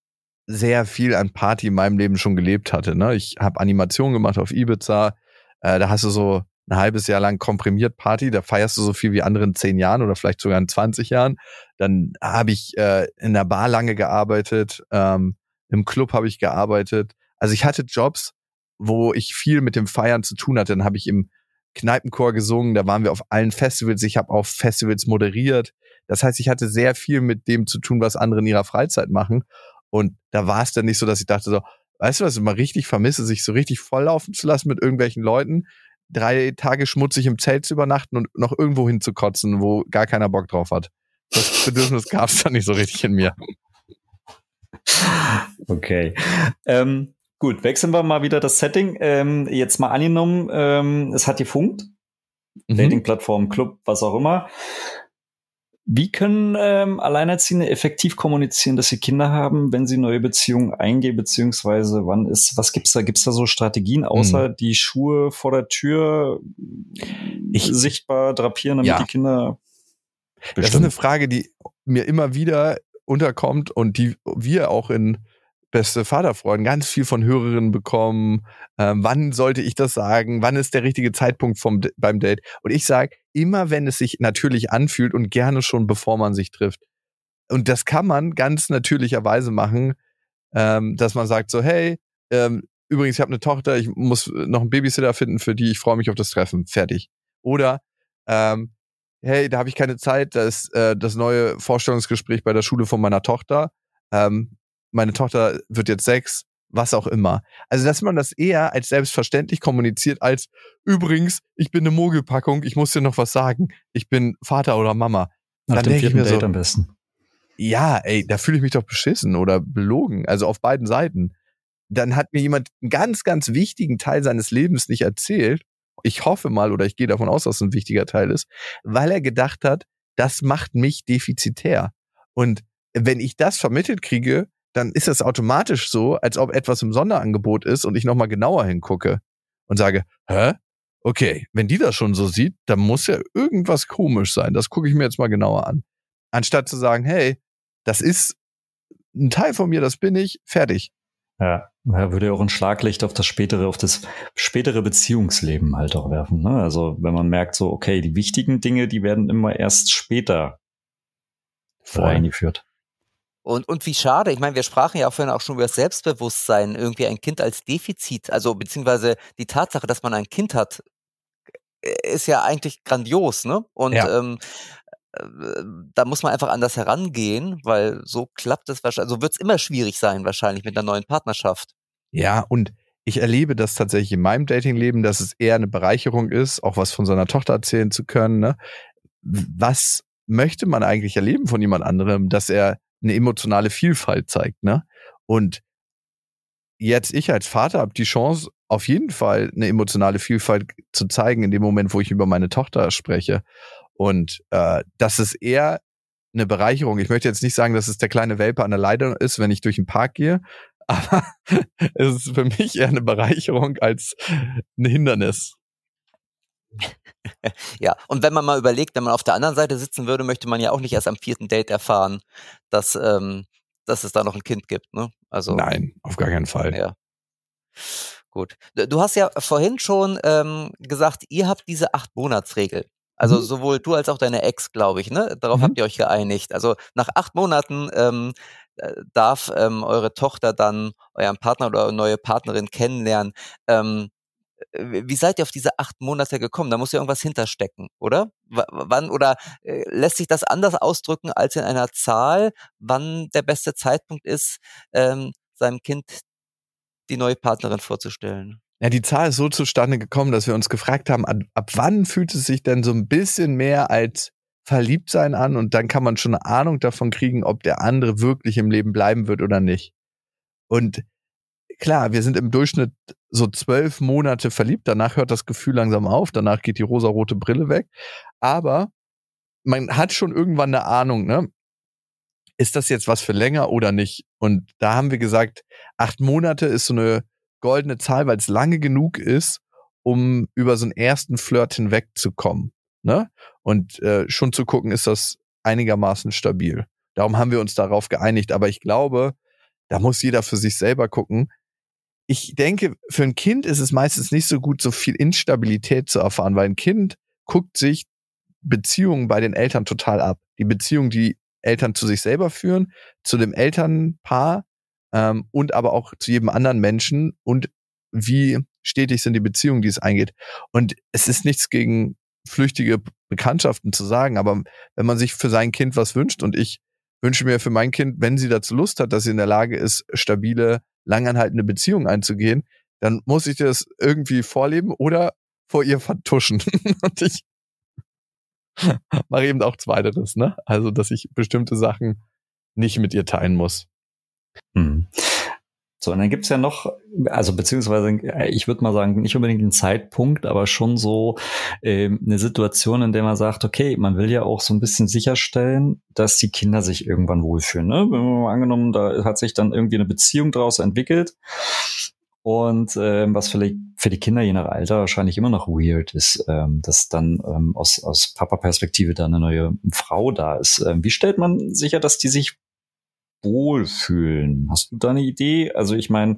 sehr viel an Party in meinem Leben schon gelebt hatte. Ne? Ich habe Animationen gemacht auf Ibiza. Da hast du so ein halbes Jahr lang komprimiert Party. Da feierst du so viel wie andere in 10 Jahren oder vielleicht sogar in 20 Jahren. Dann habe ich in der Bar lange gearbeitet. Im Club habe ich gearbeitet. Also ich hatte Jobs, wo ich viel mit dem Feiern zu tun hatte. Dann habe ich im Kneipenchor gesungen. Da waren wir auf allen Festivals. Ich habe auf Festivals moderiert. Das heißt, ich hatte sehr viel mit dem zu tun, was andere in ihrer Freizeit machen. Und da war es dann nicht so, dass ich dachte so, weißt du, was ich mal richtig vermisse, sich so richtig volllaufen zu lassen mit irgendwelchen Leuten, 3 Tage schmutzig im Zelt zu übernachten und noch irgendwo hinzukotzen, wo gar keiner Bock drauf hat. Das Bedürfnis gab es dann nicht so richtig in mir. Okay. Gut, wechseln wir mal wieder das Setting. Jetzt mal angenommen, es hat gefunkt. Dating-Plattform, Club, was auch immer. Wie können Alleinerziehende effektiv kommunizieren, dass sie Kinder haben, wenn sie neue Beziehungen eingehen, beziehungsweise was gibt's da? Gibt's da so Strategien, außer die Schuhe vor der Tür sichtbar drapieren, damit die Kinder bestimmt? Das ist eine Frage, die mir immer wieder unterkommt und die wir auch in Beste Vaterfreuden ganz viel von Hörerinnen bekommen. Wann sollte ich das sagen? Wann ist der richtige Zeitpunkt beim Date? Und ich sage, immer wenn es sich natürlich anfühlt und gerne schon, bevor man sich trifft. Und das kann man ganz natürlicherweise machen, dass man sagt so, hey, übrigens, ich habe eine Tochter, ich muss noch einen Babysitter finden für die, ich freue mich auf das Treffen. Fertig. Oder, hey, da habe ich keine Zeit, da ist das neue Vorstellungsgespräch bei der Schule von meiner Tochter. Meine Tochter wird jetzt 6, was auch immer. Also, dass man das eher als selbstverständlich kommuniziert, als übrigens, ich bin eine Mogelpackung, ich muss dir noch was sagen. Ich bin Vater oder Mama. Nach Dann dem denke ich 4. mir Date so, am besten. ja, ey, da fühle ich mich doch beschissen oder belogen. Also auf beiden Seiten. Dann hat mir jemand einen ganz, ganz wichtigen Teil seines Lebens nicht erzählt. Ich hoffe mal, oder ich gehe davon aus, dass es ein wichtiger Teil ist, weil er gedacht hat, das macht mich defizitär. Und wenn ich das vermittelt kriege, dann ist das automatisch so, als ob etwas im Sonderangebot ist und ich nochmal genauer hingucke und sage, hä? Okay, wenn die das schon so sieht, dann muss ja irgendwas komisch sein. Das gucke ich mir jetzt mal genauer an. Anstatt zu sagen, hey, das ist ein Teil von mir, das bin ich, fertig. Ja, er würde ja auch ein Schlaglicht auf das spätere Beziehungsleben halt auch werfen. Ne? Also wenn man merkt so, okay, die wichtigen Dinge, die werden immer erst später eingeführt. Und wie schade, ich meine, wir sprachen ja auch vorhin auch schon über das Selbstbewusstsein, irgendwie ein Kind als Defizit, also beziehungsweise die Tatsache, dass man ein Kind hat, ist ja eigentlich grandios, ne? Und da muss man einfach anders herangehen, weil so klappt es wahrscheinlich, so wird es immer schwierig sein wahrscheinlich mit einer neuen Partnerschaft. Ja, und ich erlebe das tatsächlich in meinem Datingleben, dass es eher eine Bereicherung ist, auch was von seiner Tochter erzählen zu können. Ne? Was möchte man eigentlich erleben von jemand anderem, dass er eine emotionale Vielfalt zeigt, ne? Und jetzt ich als Vater habe die Chance, auf jeden Fall eine emotionale Vielfalt zu zeigen in dem Moment, wo ich über meine Tochter spreche. Und das ist eher eine Bereicherung. Ich möchte jetzt nicht sagen, dass es der kleine Welpe an der Leine ist, wenn ich durch den Park gehe, aber es ist für mich eher eine Bereicherung als ein Hindernis. Ja, und wenn man mal überlegt, wenn man auf der anderen Seite sitzen würde, möchte man ja auch nicht erst am 4. Date erfahren, dass es da noch ein Kind gibt, ne? Also nein, auf gar keinen Fall. Ja. Gut. Du hast ja vorhin schon gesagt, ihr habt diese 8-Monats-Regel. Also sowohl du als auch deine Ex, glaube ich, ne? Darauf habt ihr euch geeinigt. Also nach 8 Monaten darf eure Tochter dann euren Partner oder eure neue Partnerin kennenlernen. Wie seid ihr auf diese 8 Monate gekommen? Da muss ja irgendwas hinterstecken, oder? Wann oder lässt sich das anders ausdrücken als in einer Zahl, wann der beste Zeitpunkt ist, seinem Kind die neue Partnerin vorzustellen? Ja, die Zahl ist so zustande gekommen, dass wir uns gefragt haben, ab wann fühlt es sich denn so ein bisschen mehr als Verliebtsein an und dann kann man schon eine Ahnung davon kriegen, ob der andere wirklich im Leben bleiben wird oder nicht. Und klar, wir sind im Durchschnitt so 12 Monate verliebt, danach hört das Gefühl langsam auf, danach geht die rosarote Brille weg, aber man hat schon irgendwann eine Ahnung, ne? Ist das jetzt was für länger oder nicht? Und da haben wir gesagt, 8 Monate ist so eine goldene Zahl, weil es lange genug ist, um über so einen ersten Flirt hinwegzukommen. Ne? Und schon zu gucken, ist das einigermaßen stabil. Darum haben wir uns darauf geeinigt. Aber ich glaube, da muss jeder für sich selber gucken. Ich denke, für ein Kind ist es meistens nicht so gut, so viel Instabilität zu erfahren, weil ein Kind guckt sich Beziehungen bei den Eltern total ab. Die Beziehung, die Eltern zu sich selber führen, zu dem Elternpaar und aber auch zu jedem anderen Menschen und wie stetig sind die Beziehungen, die es eingeht. Und es ist nichts gegen flüchtige Bekanntschaften zu sagen, aber wenn man sich für sein Kind was wünscht, und ich wünsche mir für mein Kind, wenn sie dazu Lust hat, dass sie in der Lage ist, stabile, langanhaltende Beziehungen einzugehen, dann muss ich das irgendwie vorleben oder vor ihr vertuschen. Und ich mache eben auch zweiteres, ne? Also, dass ich bestimmte Sachen nicht mit ihr teilen muss. Mhm. So, und dann gibt's ja noch, also beziehungsweise, ich würde mal sagen, nicht unbedingt einen Zeitpunkt, aber schon so eine Situation, in der man sagt, okay, man will ja auch so ein bisschen sicherstellen, dass die Kinder sich irgendwann wohlfühlen. Ne? Wenn man mal angenommen, da hat sich dann irgendwie eine Beziehung daraus entwickelt und was vielleicht für die Kinder je nach Alter wahrscheinlich immer noch weird ist, dass dann aus Papa-Perspektive da eine neue Frau da ist. Wie stellt man sicher, dass die sich wohlfühlen? Hast du da eine Idee? Also ich meine,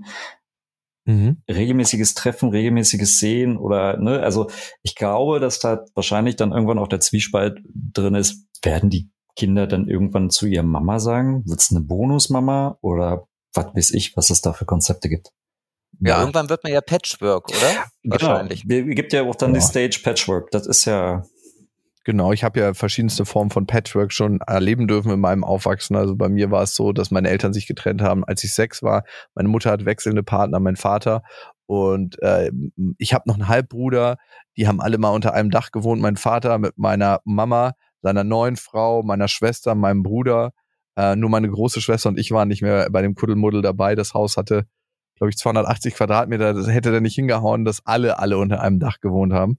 regelmäßiges Treffen, regelmäßiges Sehen oder, ne, also ich glaube, dass da wahrscheinlich dann irgendwann auch der Zwiespalt drin ist. Werden die Kinder dann irgendwann zu ihrer Mama sagen? Wird's eine Bonusmama oder was weiß ich, was es da für Konzepte gibt? Ja, irgendwann wird man ja Patchwork, oder? Wahrscheinlich. Genau. Es gibt ja auch dann die Stage Patchwork. Das ist ja... Genau, ich habe ja verschiedenste Formen von Patchwork schon erleben dürfen in meinem Aufwachsen. Also bei mir war es so, dass meine Eltern sich getrennt haben, als ich 6 war. Meine Mutter hat wechselnde Partner, mein Vater. Und ich habe noch einen Halbbruder. Die haben alle mal unter einem Dach gewohnt. Mein Vater mit meiner Mama, seiner neuen Frau, meiner Schwester, meinem Bruder. Nur meine große Schwester und ich waren nicht mehr bei dem Kuddelmuddel dabei. Das Haus hatte, glaube ich, 280 Quadratmeter. Das hätte da nicht hingehauen, dass alle unter einem Dach gewohnt haben.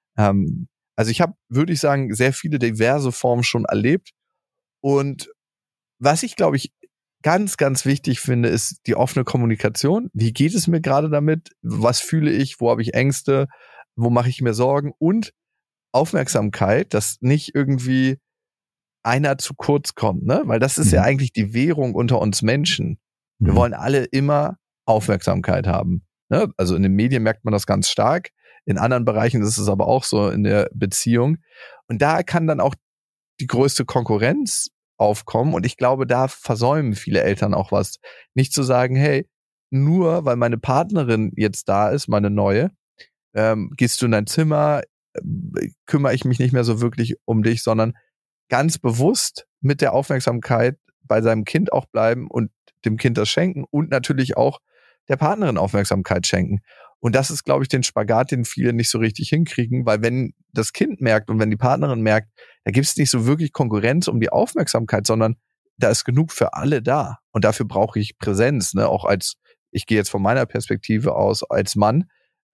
Also ich habe, würde ich sagen, sehr viele diverse Formen schon erlebt. Und was ich, glaube ich, ganz, ganz wichtig finde, ist die offene Kommunikation. Wie geht es mir gerade damit? Was fühle ich? Wo habe ich Ängste? Wo mache ich mir Sorgen? Und Aufmerksamkeit, dass nicht irgendwie einer zu kurz kommt, ne? Weil das ist ja eigentlich die Währung unter uns Menschen. Wir wollen alle immer Aufmerksamkeit haben. Ne? Also in den Medien merkt man das ganz stark. In anderen Bereichen ist es aber auch so in der Beziehung. Und da kann dann auch die größte Konkurrenz aufkommen. Und ich glaube, da versäumen viele Eltern auch was. Nicht zu sagen, hey, nur weil meine Partnerin jetzt da ist, meine neue, gehst du in dein Zimmer, kümmere ich mich nicht mehr so wirklich um dich, sondern ganz bewusst mit der Aufmerksamkeit bei seinem Kind auch bleiben und dem Kind das schenken und natürlich auch der Partnerin Aufmerksamkeit schenken. Und das ist, glaube ich, den Spagat, den viele nicht so richtig hinkriegen, weil wenn das Kind merkt und wenn die Partnerin merkt, da gibt es nicht so wirklich Konkurrenz um die Aufmerksamkeit, sondern da ist genug für alle da. Und dafür brauche ich Präsenz, ne? Auch ich gehe jetzt von meiner Perspektive aus, als Mann,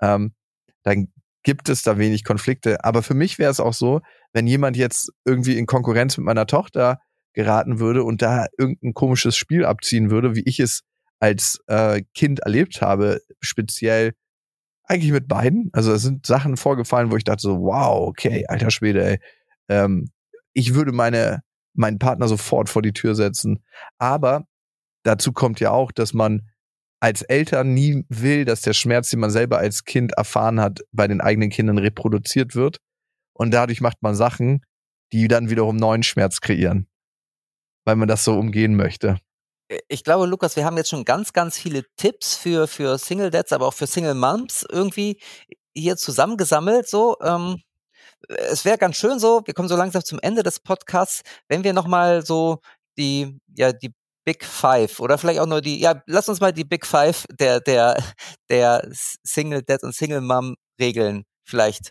dann gibt es da wenig Konflikte. Aber für mich wäre es auch so, wenn jemand jetzt irgendwie in Konkurrenz mit meiner Tochter geraten würde und da irgendein komisches Spiel abziehen würde, wie ich es als Kind erlebt habe, speziell eigentlich mit beiden. Also es sind Sachen vorgefallen, wo ich dachte so, wow, okay, alter Schwede, ey. Ich würde meinen Partner sofort vor die Tür setzen. Aber dazu kommt ja auch, dass man als Eltern nie will, dass der Schmerz, den man selber als Kind erfahren hat, bei den eigenen Kindern reproduziert wird. Und dadurch macht man Sachen, die dann wiederum neuen Schmerz kreieren, weil man das so umgehen möchte. Ich glaube, Lukas, wir haben jetzt schon ganz, ganz viele Tipps für Single Dads, aber auch für Single Moms irgendwie hier zusammengesammelt. So, es wäre ganz schön so, wir kommen so langsam zum Ende des Podcasts, wenn wir nochmal so die Big Five oder vielleicht auch nur lass uns mal die Big Five der Single Dad und Single Mom Regeln vielleicht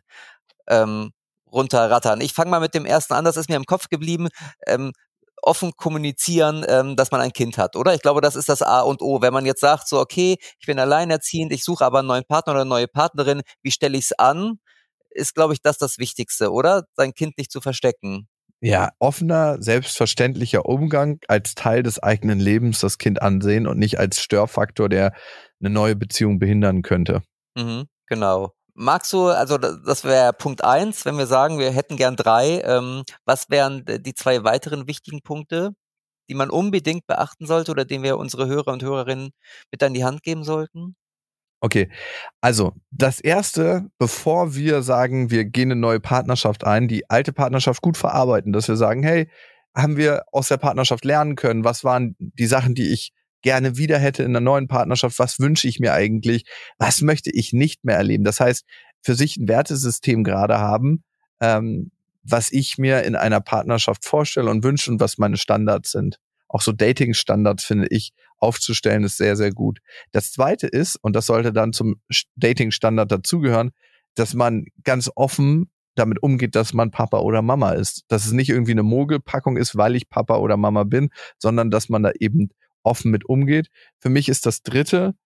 runterrattern. Ich fange mal mit dem ersten an, das ist mir im Kopf geblieben. Offen kommunizieren, dass man ein Kind hat, oder? Ich glaube, das ist das A und O. Wenn man jetzt sagt, so, okay, ich bin alleinerziehend, ich suche aber einen neuen Partner oder eine neue Partnerin, wie stelle ich es an? Ist, glaube ich, das Wichtigste, oder? Sein Kind nicht zu verstecken. Ja, offener, selbstverständlicher Umgang als Teil des eigenen Lebens das Kind ansehen und nicht als Störfaktor, der eine neue Beziehung behindern könnte. Genau. Magst du, also das wäre Punkt 1, wenn wir sagen, wir hätten gern 3, was wären die 2 weiteren wichtigen Punkte? die man unbedingt beachten sollte oder den wir unsere Hörer und Hörerinnen mit an die Hand geben sollten? Okay, also das Erste, bevor wir sagen, wir gehen eine neue Partnerschaft ein, die alte Partnerschaft gut verarbeiten, dass wir sagen, hey, haben wir aus der Partnerschaft lernen können? Was waren die Sachen, die ich gerne wieder hätte in einer neuen Partnerschaft? Was wünsche ich mir eigentlich? Was möchte ich nicht mehr erleben? Das heißt, für sich ein Wertesystem gerade haben, was ich mir in einer Partnerschaft vorstelle und wünsche und was meine Standards sind. Auch so Dating-Standards, finde ich, aufzustellen, ist sehr, sehr gut. Das Zweite ist, und das sollte dann zum Dating-Standard dazugehören, dass man ganz offen damit umgeht, dass man Papa oder Mama ist. Dass es nicht irgendwie eine Mogelpackung ist, weil ich Papa oder Mama bin, sondern dass man da eben offen mit umgeht. Für mich ist das Dritte,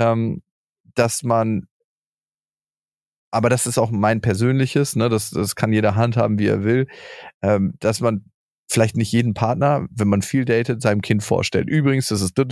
dass man, aber das ist auch mein persönliches, ne, das kann jeder handhaben, wie er will, dass man vielleicht nicht jeden Partner, wenn man viel datet, seinem Kind vorstellt. Übrigens, das ist.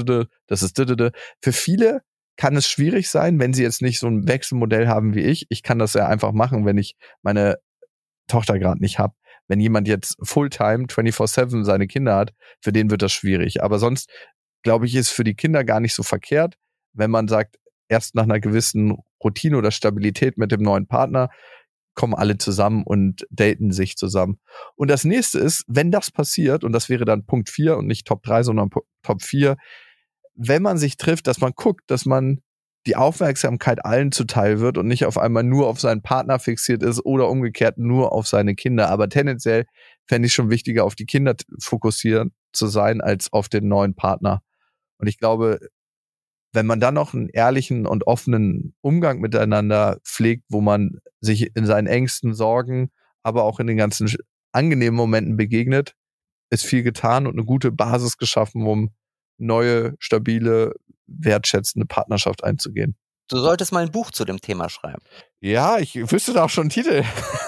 Für viele kann es schwierig sein, wenn sie jetzt nicht so ein Wechselmodell haben wie ich. Ich kann das ja einfach machen, wenn ich meine Tochter gerade nicht habe. Wenn jemand jetzt Fulltime 24/7 seine Kinder hat, für den wird das schwierig. Aber sonst, glaube ich, ist für die Kinder gar nicht so verkehrt, wenn man sagt, erst nach einer gewissen Routine oder Stabilität mit dem neuen Partner kommen alle zusammen und daten sich zusammen. Und das nächste ist, wenn das passiert, und das wäre dann Punkt 4 und nicht Top 3, sondern Top 4, wenn man sich trifft, dass man guckt, dass man die Aufmerksamkeit allen zuteil wird und nicht auf einmal nur auf seinen Partner fixiert ist oder umgekehrt nur auf seine Kinder. Aber tendenziell fände ich schon wichtiger, auf die Kinder fokussiert zu sein, als auf den neuen Partner. Und ich glaube, wenn man dann noch einen ehrlichen und offenen Umgang miteinander pflegt, wo man sich in seinen Ängsten, Sorgen, aber auch in den ganzen angenehmen Momenten begegnet, ist viel getan und eine gute Basis geschaffen, um neue, stabile, wertschätzende Partnerschaft einzugehen. Du solltest mal ein Buch zu dem Thema schreiben. Ja, ich wüsste da auch schon einen Titel.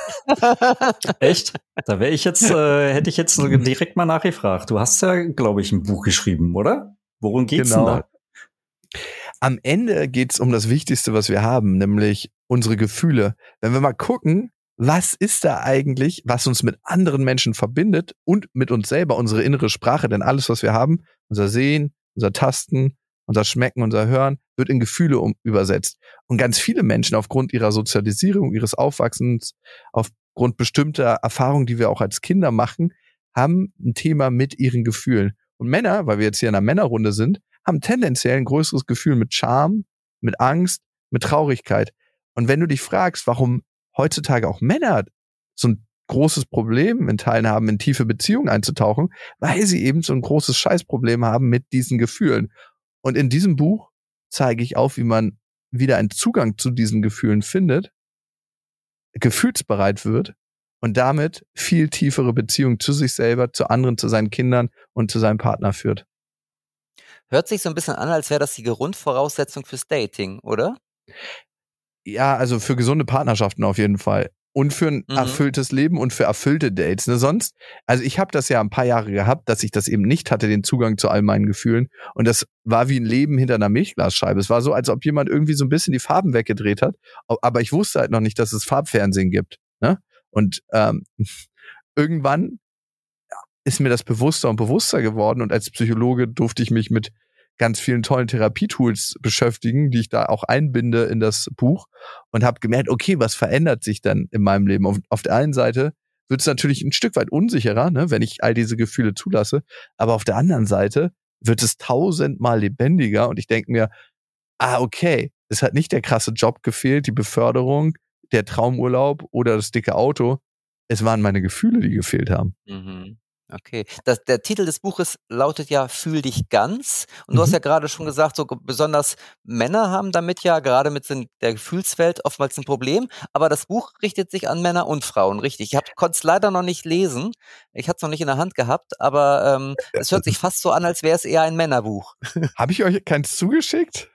Echt? Da wäre ich jetzt, hätte ich jetzt direkt mal nachgefragt. Du hast ja, glaube ich, ein Buch geschrieben, oder? Worum geht's denn da? Am Ende geht's um das Wichtigste, was wir haben, nämlich unsere Gefühle. Wenn wir mal gucken, was ist da eigentlich, was uns mit anderen Menschen verbindet und mit uns selber, unsere innere Sprache, denn alles, was wir haben, unser Sehen, unser Tasten, unser Schmecken, unser Hören, wird in Gefühle übersetzt. Und ganz viele Menschen aufgrund ihrer Sozialisierung, ihres Aufwachsens, aufgrund bestimmter Erfahrungen, die wir auch als Kinder machen, haben ein Thema mit ihren Gefühlen. Und Männer, weil wir jetzt hier in einer Männerrunde sind, haben tendenziell ein größeres Gefühl mit Scham, mit Angst, mit Traurigkeit. Und wenn du dich fragst, warum heutzutage auch Männer so ein großes Problem in Teilen haben, in tiefe Beziehungen einzutauchen, weil sie eben so ein großes Scheißproblem haben mit diesen Gefühlen. Und in diesem Buch zeige ich auf, wie man wieder einen Zugang zu diesen Gefühlen findet, gefühlsbereit wird und damit viel tiefere Beziehungen zu sich selber, zu anderen, zu seinen Kindern und zu seinem Partner führt. Hört sich so ein bisschen an, als wäre das die Grundvoraussetzung fürs Dating, oder? Ja, also für gesunde Partnerschaften auf jeden Fall. Und für ein erfülltes Leben und für erfüllte Dates. Ne? Sonst, also ich habe das ja ein paar Jahre gehabt, dass ich das eben nicht hatte, den Zugang zu all meinen Gefühlen. Und das war wie ein Leben hinter einer Milchglasscheibe. Es war so, als ob jemand irgendwie so ein bisschen die Farben weggedreht hat. Aber ich wusste halt noch nicht, dass es Farbfernsehen gibt. Ne? Und irgendwann ist mir das bewusster und bewusster geworden. Und als Psychologe durfte ich mich mit ganz vielen tollen Therapietools beschäftigen, die ich da auch einbinde in das Buch und habe gemerkt, okay, was verändert sich dann in meinem Leben? Auf der einen Seite wird es natürlich ein Stück weit unsicherer, ne, wenn ich all diese Gefühle zulasse, aber auf der anderen Seite wird es 1000-mal lebendiger und ich denke mir, okay, es hat nicht der krasse Job gefehlt, die Beförderung, der Traumurlaub oder das dicke Auto, es waren meine Gefühle, die gefehlt haben. Mhm. Okay. Der Titel des Buches lautet ja Fühl dich ganz. Und du hast ja gerade schon gesagt, so besonders Männer haben damit ja gerade mit der Gefühlswelt oftmals ein Problem. Aber das Buch richtet sich an Männer und Frauen, richtig. Ich konnte es leider noch nicht lesen. Ich hatte es noch nicht in der Hand gehabt. Aber es hört sich fast so an, als wäre es eher ein Männerbuch. Habe ich euch keins zugeschickt?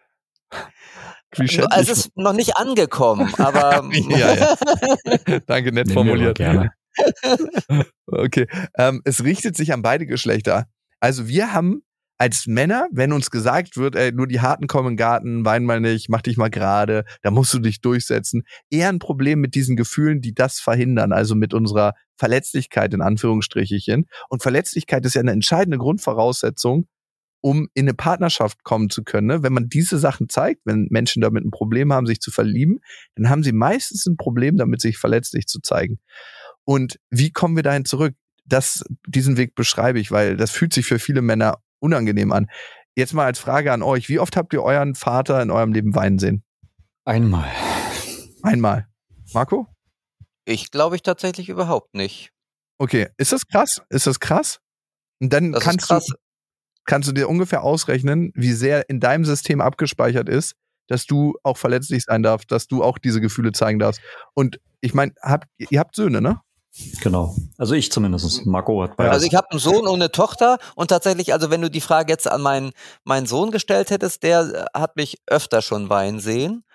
Es ist noch nicht angekommen, aber ja. Danke, nett formuliert. Gerne. Okay, es richtet sich an beide Geschlechter. Also wir haben als Männer, wenn uns gesagt wird, ey, nur die Harten kommen in den Garten, wein mal nicht, mach dich mal gerade, da musst du dich durchsetzen, eher ein Problem mit diesen Gefühlen, die das verhindern, also mit unserer Verletzlichkeit in Anführungsstrichen. Und Verletzlichkeit ist ja eine entscheidende Grundvoraussetzung, um in eine Partnerschaft kommen zu können. Ne? Wenn man diese Sachen zeigt, wenn Menschen damit ein Problem haben, sich zu verlieben, dann haben sie meistens ein Problem damit, sich verletzlich zu zeigen. Und wie kommen wir dahin zurück? Diesen Weg beschreibe ich, weil das fühlt sich für viele Männer unangenehm an. Jetzt mal als Frage an euch, wie oft habt ihr euren Vater in eurem Leben weinen sehen? Einmal. Marco? Ich glaube tatsächlich überhaupt nicht. Okay, ist das krass? Und dann Das ist krass. kannst du dir ungefähr ausrechnen, wie sehr in deinem System abgespeichert ist, dass du auch verletzlich sein darfst, dass du auch diese Gefühle zeigen darfst. Und ich meine, ihr habt Söhne, ne? Genau. Also ich zumindest. Marco hat beides. Also ich habe einen Sohn und eine Tochter und tatsächlich, also wenn du die Frage jetzt an meinen Sohn gestellt hättest, der hat mich öfter schon weinen sehen.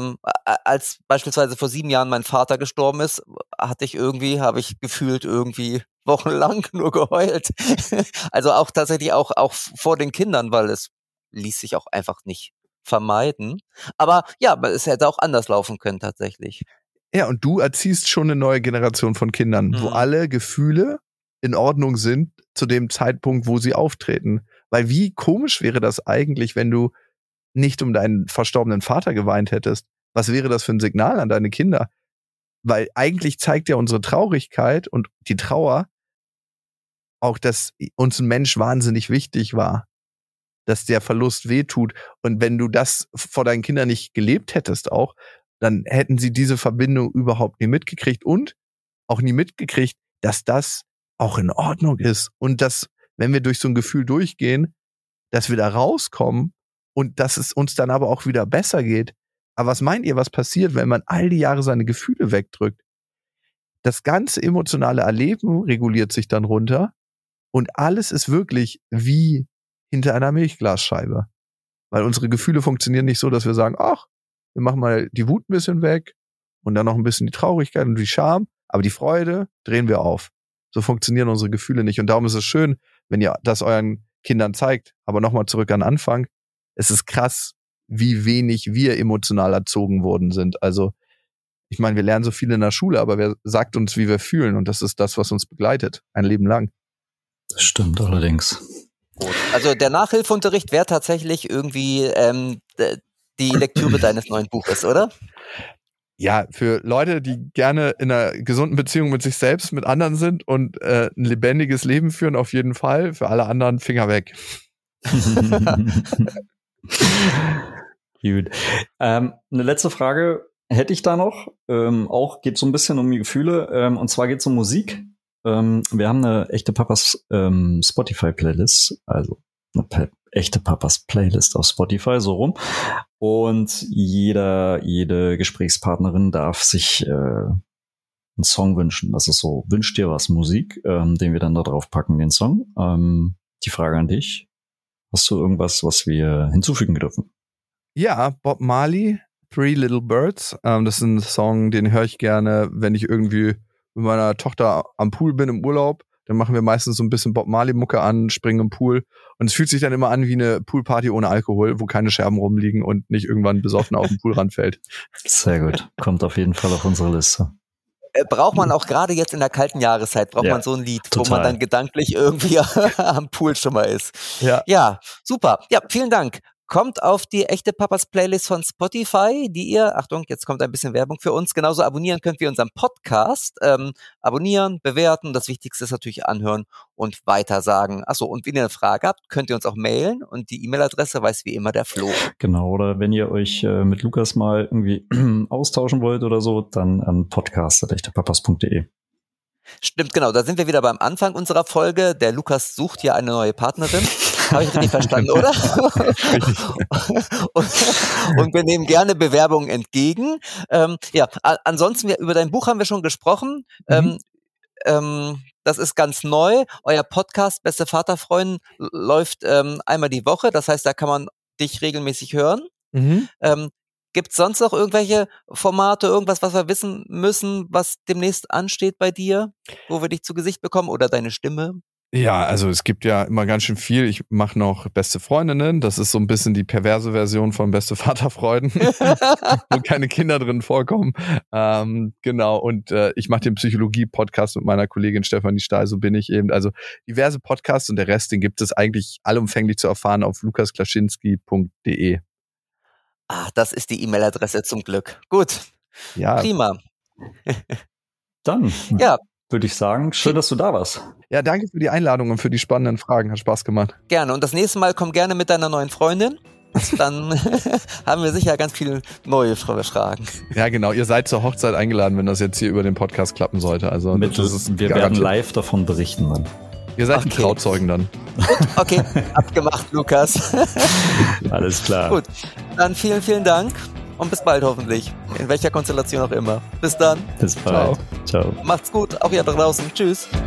Als beispielsweise vor 7 Jahren mein Vater gestorben ist, habe ich gefühlt irgendwie wochenlang nur geheult. Also auch tatsächlich auch vor den Kindern, weil es ließ sich auch einfach nicht vermeiden. Aber ja, es hätte auch anders laufen können tatsächlich. Ja, und du erziehst schon eine neue Generation von Kindern, wo alle Gefühle in Ordnung sind zu dem Zeitpunkt, wo sie auftreten. Weil wie komisch wäre das eigentlich, wenn du nicht um deinen verstorbenen Vater geweint hättest? Was wäre das für ein Signal an deine Kinder? Weil eigentlich zeigt ja unsere Traurigkeit und die Trauer auch, dass uns ein Mensch wahnsinnig wichtig war, dass der Verlust wehtut. Und wenn du das vor deinen Kindern nicht gelebt hättest auch, dann hätten sie diese Verbindung überhaupt nie mitgekriegt und auch nie mitgekriegt, dass das auch in Ordnung ist und dass, wenn wir durch so ein Gefühl durchgehen, dass wir da rauskommen und dass es uns dann aber auch wieder besser geht. Aber was meint ihr, was passiert, wenn man all die Jahre seine Gefühle wegdrückt? Das ganze emotionale Erleben reguliert sich dann runter und alles ist wirklich wie hinter einer Milchglasscheibe. Weil unsere Gefühle funktionieren nicht so, dass wir sagen, ach, wir machen mal die Wut ein bisschen weg und dann noch ein bisschen die Traurigkeit und die Scham, aber die Freude drehen wir auf. So funktionieren unsere Gefühle nicht. Und darum ist es schön, wenn ihr das euren Kindern zeigt. Aber nochmal zurück an den Anfang. Es ist krass, wie wenig wir emotional erzogen worden sind. Also, ich meine, wir lernen so viel in der Schule, aber wer sagt uns, wie wir fühlen? Und das ist das, was uns begleitet, ein Leben lang. Das stimmt allerdings. Also der Nachhilfeunterricht wäre tatsächlich irgendwie die Lektüre deines neuen Buches, oder? Ja, für Leute, die gerne in einer gesunden Beziehung mit sich selbst, mit anderen sind und ein lebendiges Leben führen, auf jeden Fall. Für alle anderen Finger weg. Gut. Eine letzte Frage hätte ich da noch. Auch geht so ein bisschen um die Gefühle. Und zwar geht es um Musik. Wir haben eine echte Papas Spotify-Playlist, also eine echte Papas Playlist auf Spotify, so rum. Und jede Gesprächspartnerin darf sich einen Song wünschen. Was ist so? Wünscht dir was Musik, den wir dann da drauf packen, den Song? Die Frage an dich. Hast du irgendwas, was wir hinzufügen dürfen? Ja, Bob Marley, Three Little Birds. Das ist ein Song, den höre ich gerne, wenn ich irgendwie mit meiner Tochter am Pool bin im Urlaub. Dann machen wir meistens so ein bisschen Bob Marley-Mucke an, springen im Pool. Und es fühlt sich dann immer an wie eine Poolparty ohne Alkohol, wo keine Scherben rumliegen und nicht irgendwann besoffen auf den Poolrand fällt. Sehr gut. Kommt auf jeden Fall auf unsere Liste. Braucht man auch gerade jetzt in der kalten Jahreszeit, braucht man so ein Lied, total, wo man dann gedanklich irgendwie am Pool schon mal ist. Ja, super. Ja, vielen Dank. Kommt auf die echte Papas Playlist von Spotify, die ihr, Achtung, jetzt kommt ein bisschen Werbung für uns, genauso abonnieren könnt wie unseren Podcast. Abonnieren, bewerten, das Wichtigste ist natürlich anhören und weitersagen. Achso, und wenn ihr eine Frage habt, könnt ihr uns auch mailen und die E-Mail-Adresse weiß wie immer der Flo. Genau, oder wenn ihr euch mit Lukas mal irgendwie austauschen wollt oder so, dann an podcast@echtepapas.de. Stimmt, genau, da sind wir wieder beim Anfang unserer Folge. Der Lukas sucht ja eine neue Partnerin. Habe ich richtig verstanden, oder? und wir nehmen gerne Bewerbungen entgegen. Ja, ansonsten, über dein Buch haben wir schon gesprochen. Das ist ganz neu. Euer Podcast Beste Vaterfreuden läuft einmal die Woche. Das heißt, da kann man dich regelmäßig hören. Gibt es sonst noch irgendwelche Formate, irgendwas, was wir wissen müssen, was demnächst ansteht bei dir, wo wir dich zu Gesicht bekommen oder deine Stimme? Ja, also es gibt ja immer ganz schön viel. Ich mache noch Beste Freundinnen. Das ist so ein bisschen die perverse Version von Beste Vaterfreuden, wo keine Kinder drin vorkommen. Genau, und ich mache den Psychologie-Podcast mit meiner Kollegin Stefanie Stahl, so bin ich eben. Also diverse Podcasts und der Rest, den gibt es eigentlich allumfänglich zu erfahren auf lukasklaschinski.de. Das ist die E-Mail-Adresse zum Glück. Gut, ja. Prima. Dann ja. Würde ich sagen, schön, dass du da warst. Ja, danke für die Einladung und für die spannenden Fragen. Hat Spaß gemacht. Gerne. Und das nächste Mal komm gerne mit deiner neuen Freundin. Dann haben wir sicher ganz viele neue Fragen. Ja, genau. Ihr seid zur Hochzeit eingeladen, wenn das jetzt hier über den Podcast klappen sollte. Also wir werden live davon berichten dann. Ihr seid ein Trauzeugen dann. Gut, okay. Abgemacht, Lukas. Alles klar. Gut. Dann vielen, vielen Dank. Und bis bald hoffentlich. In welcher Konstellation auch immer. Bis dann. Bis bald. Ciao. Macht's gut. Auch ihr da draußen. Tschüss.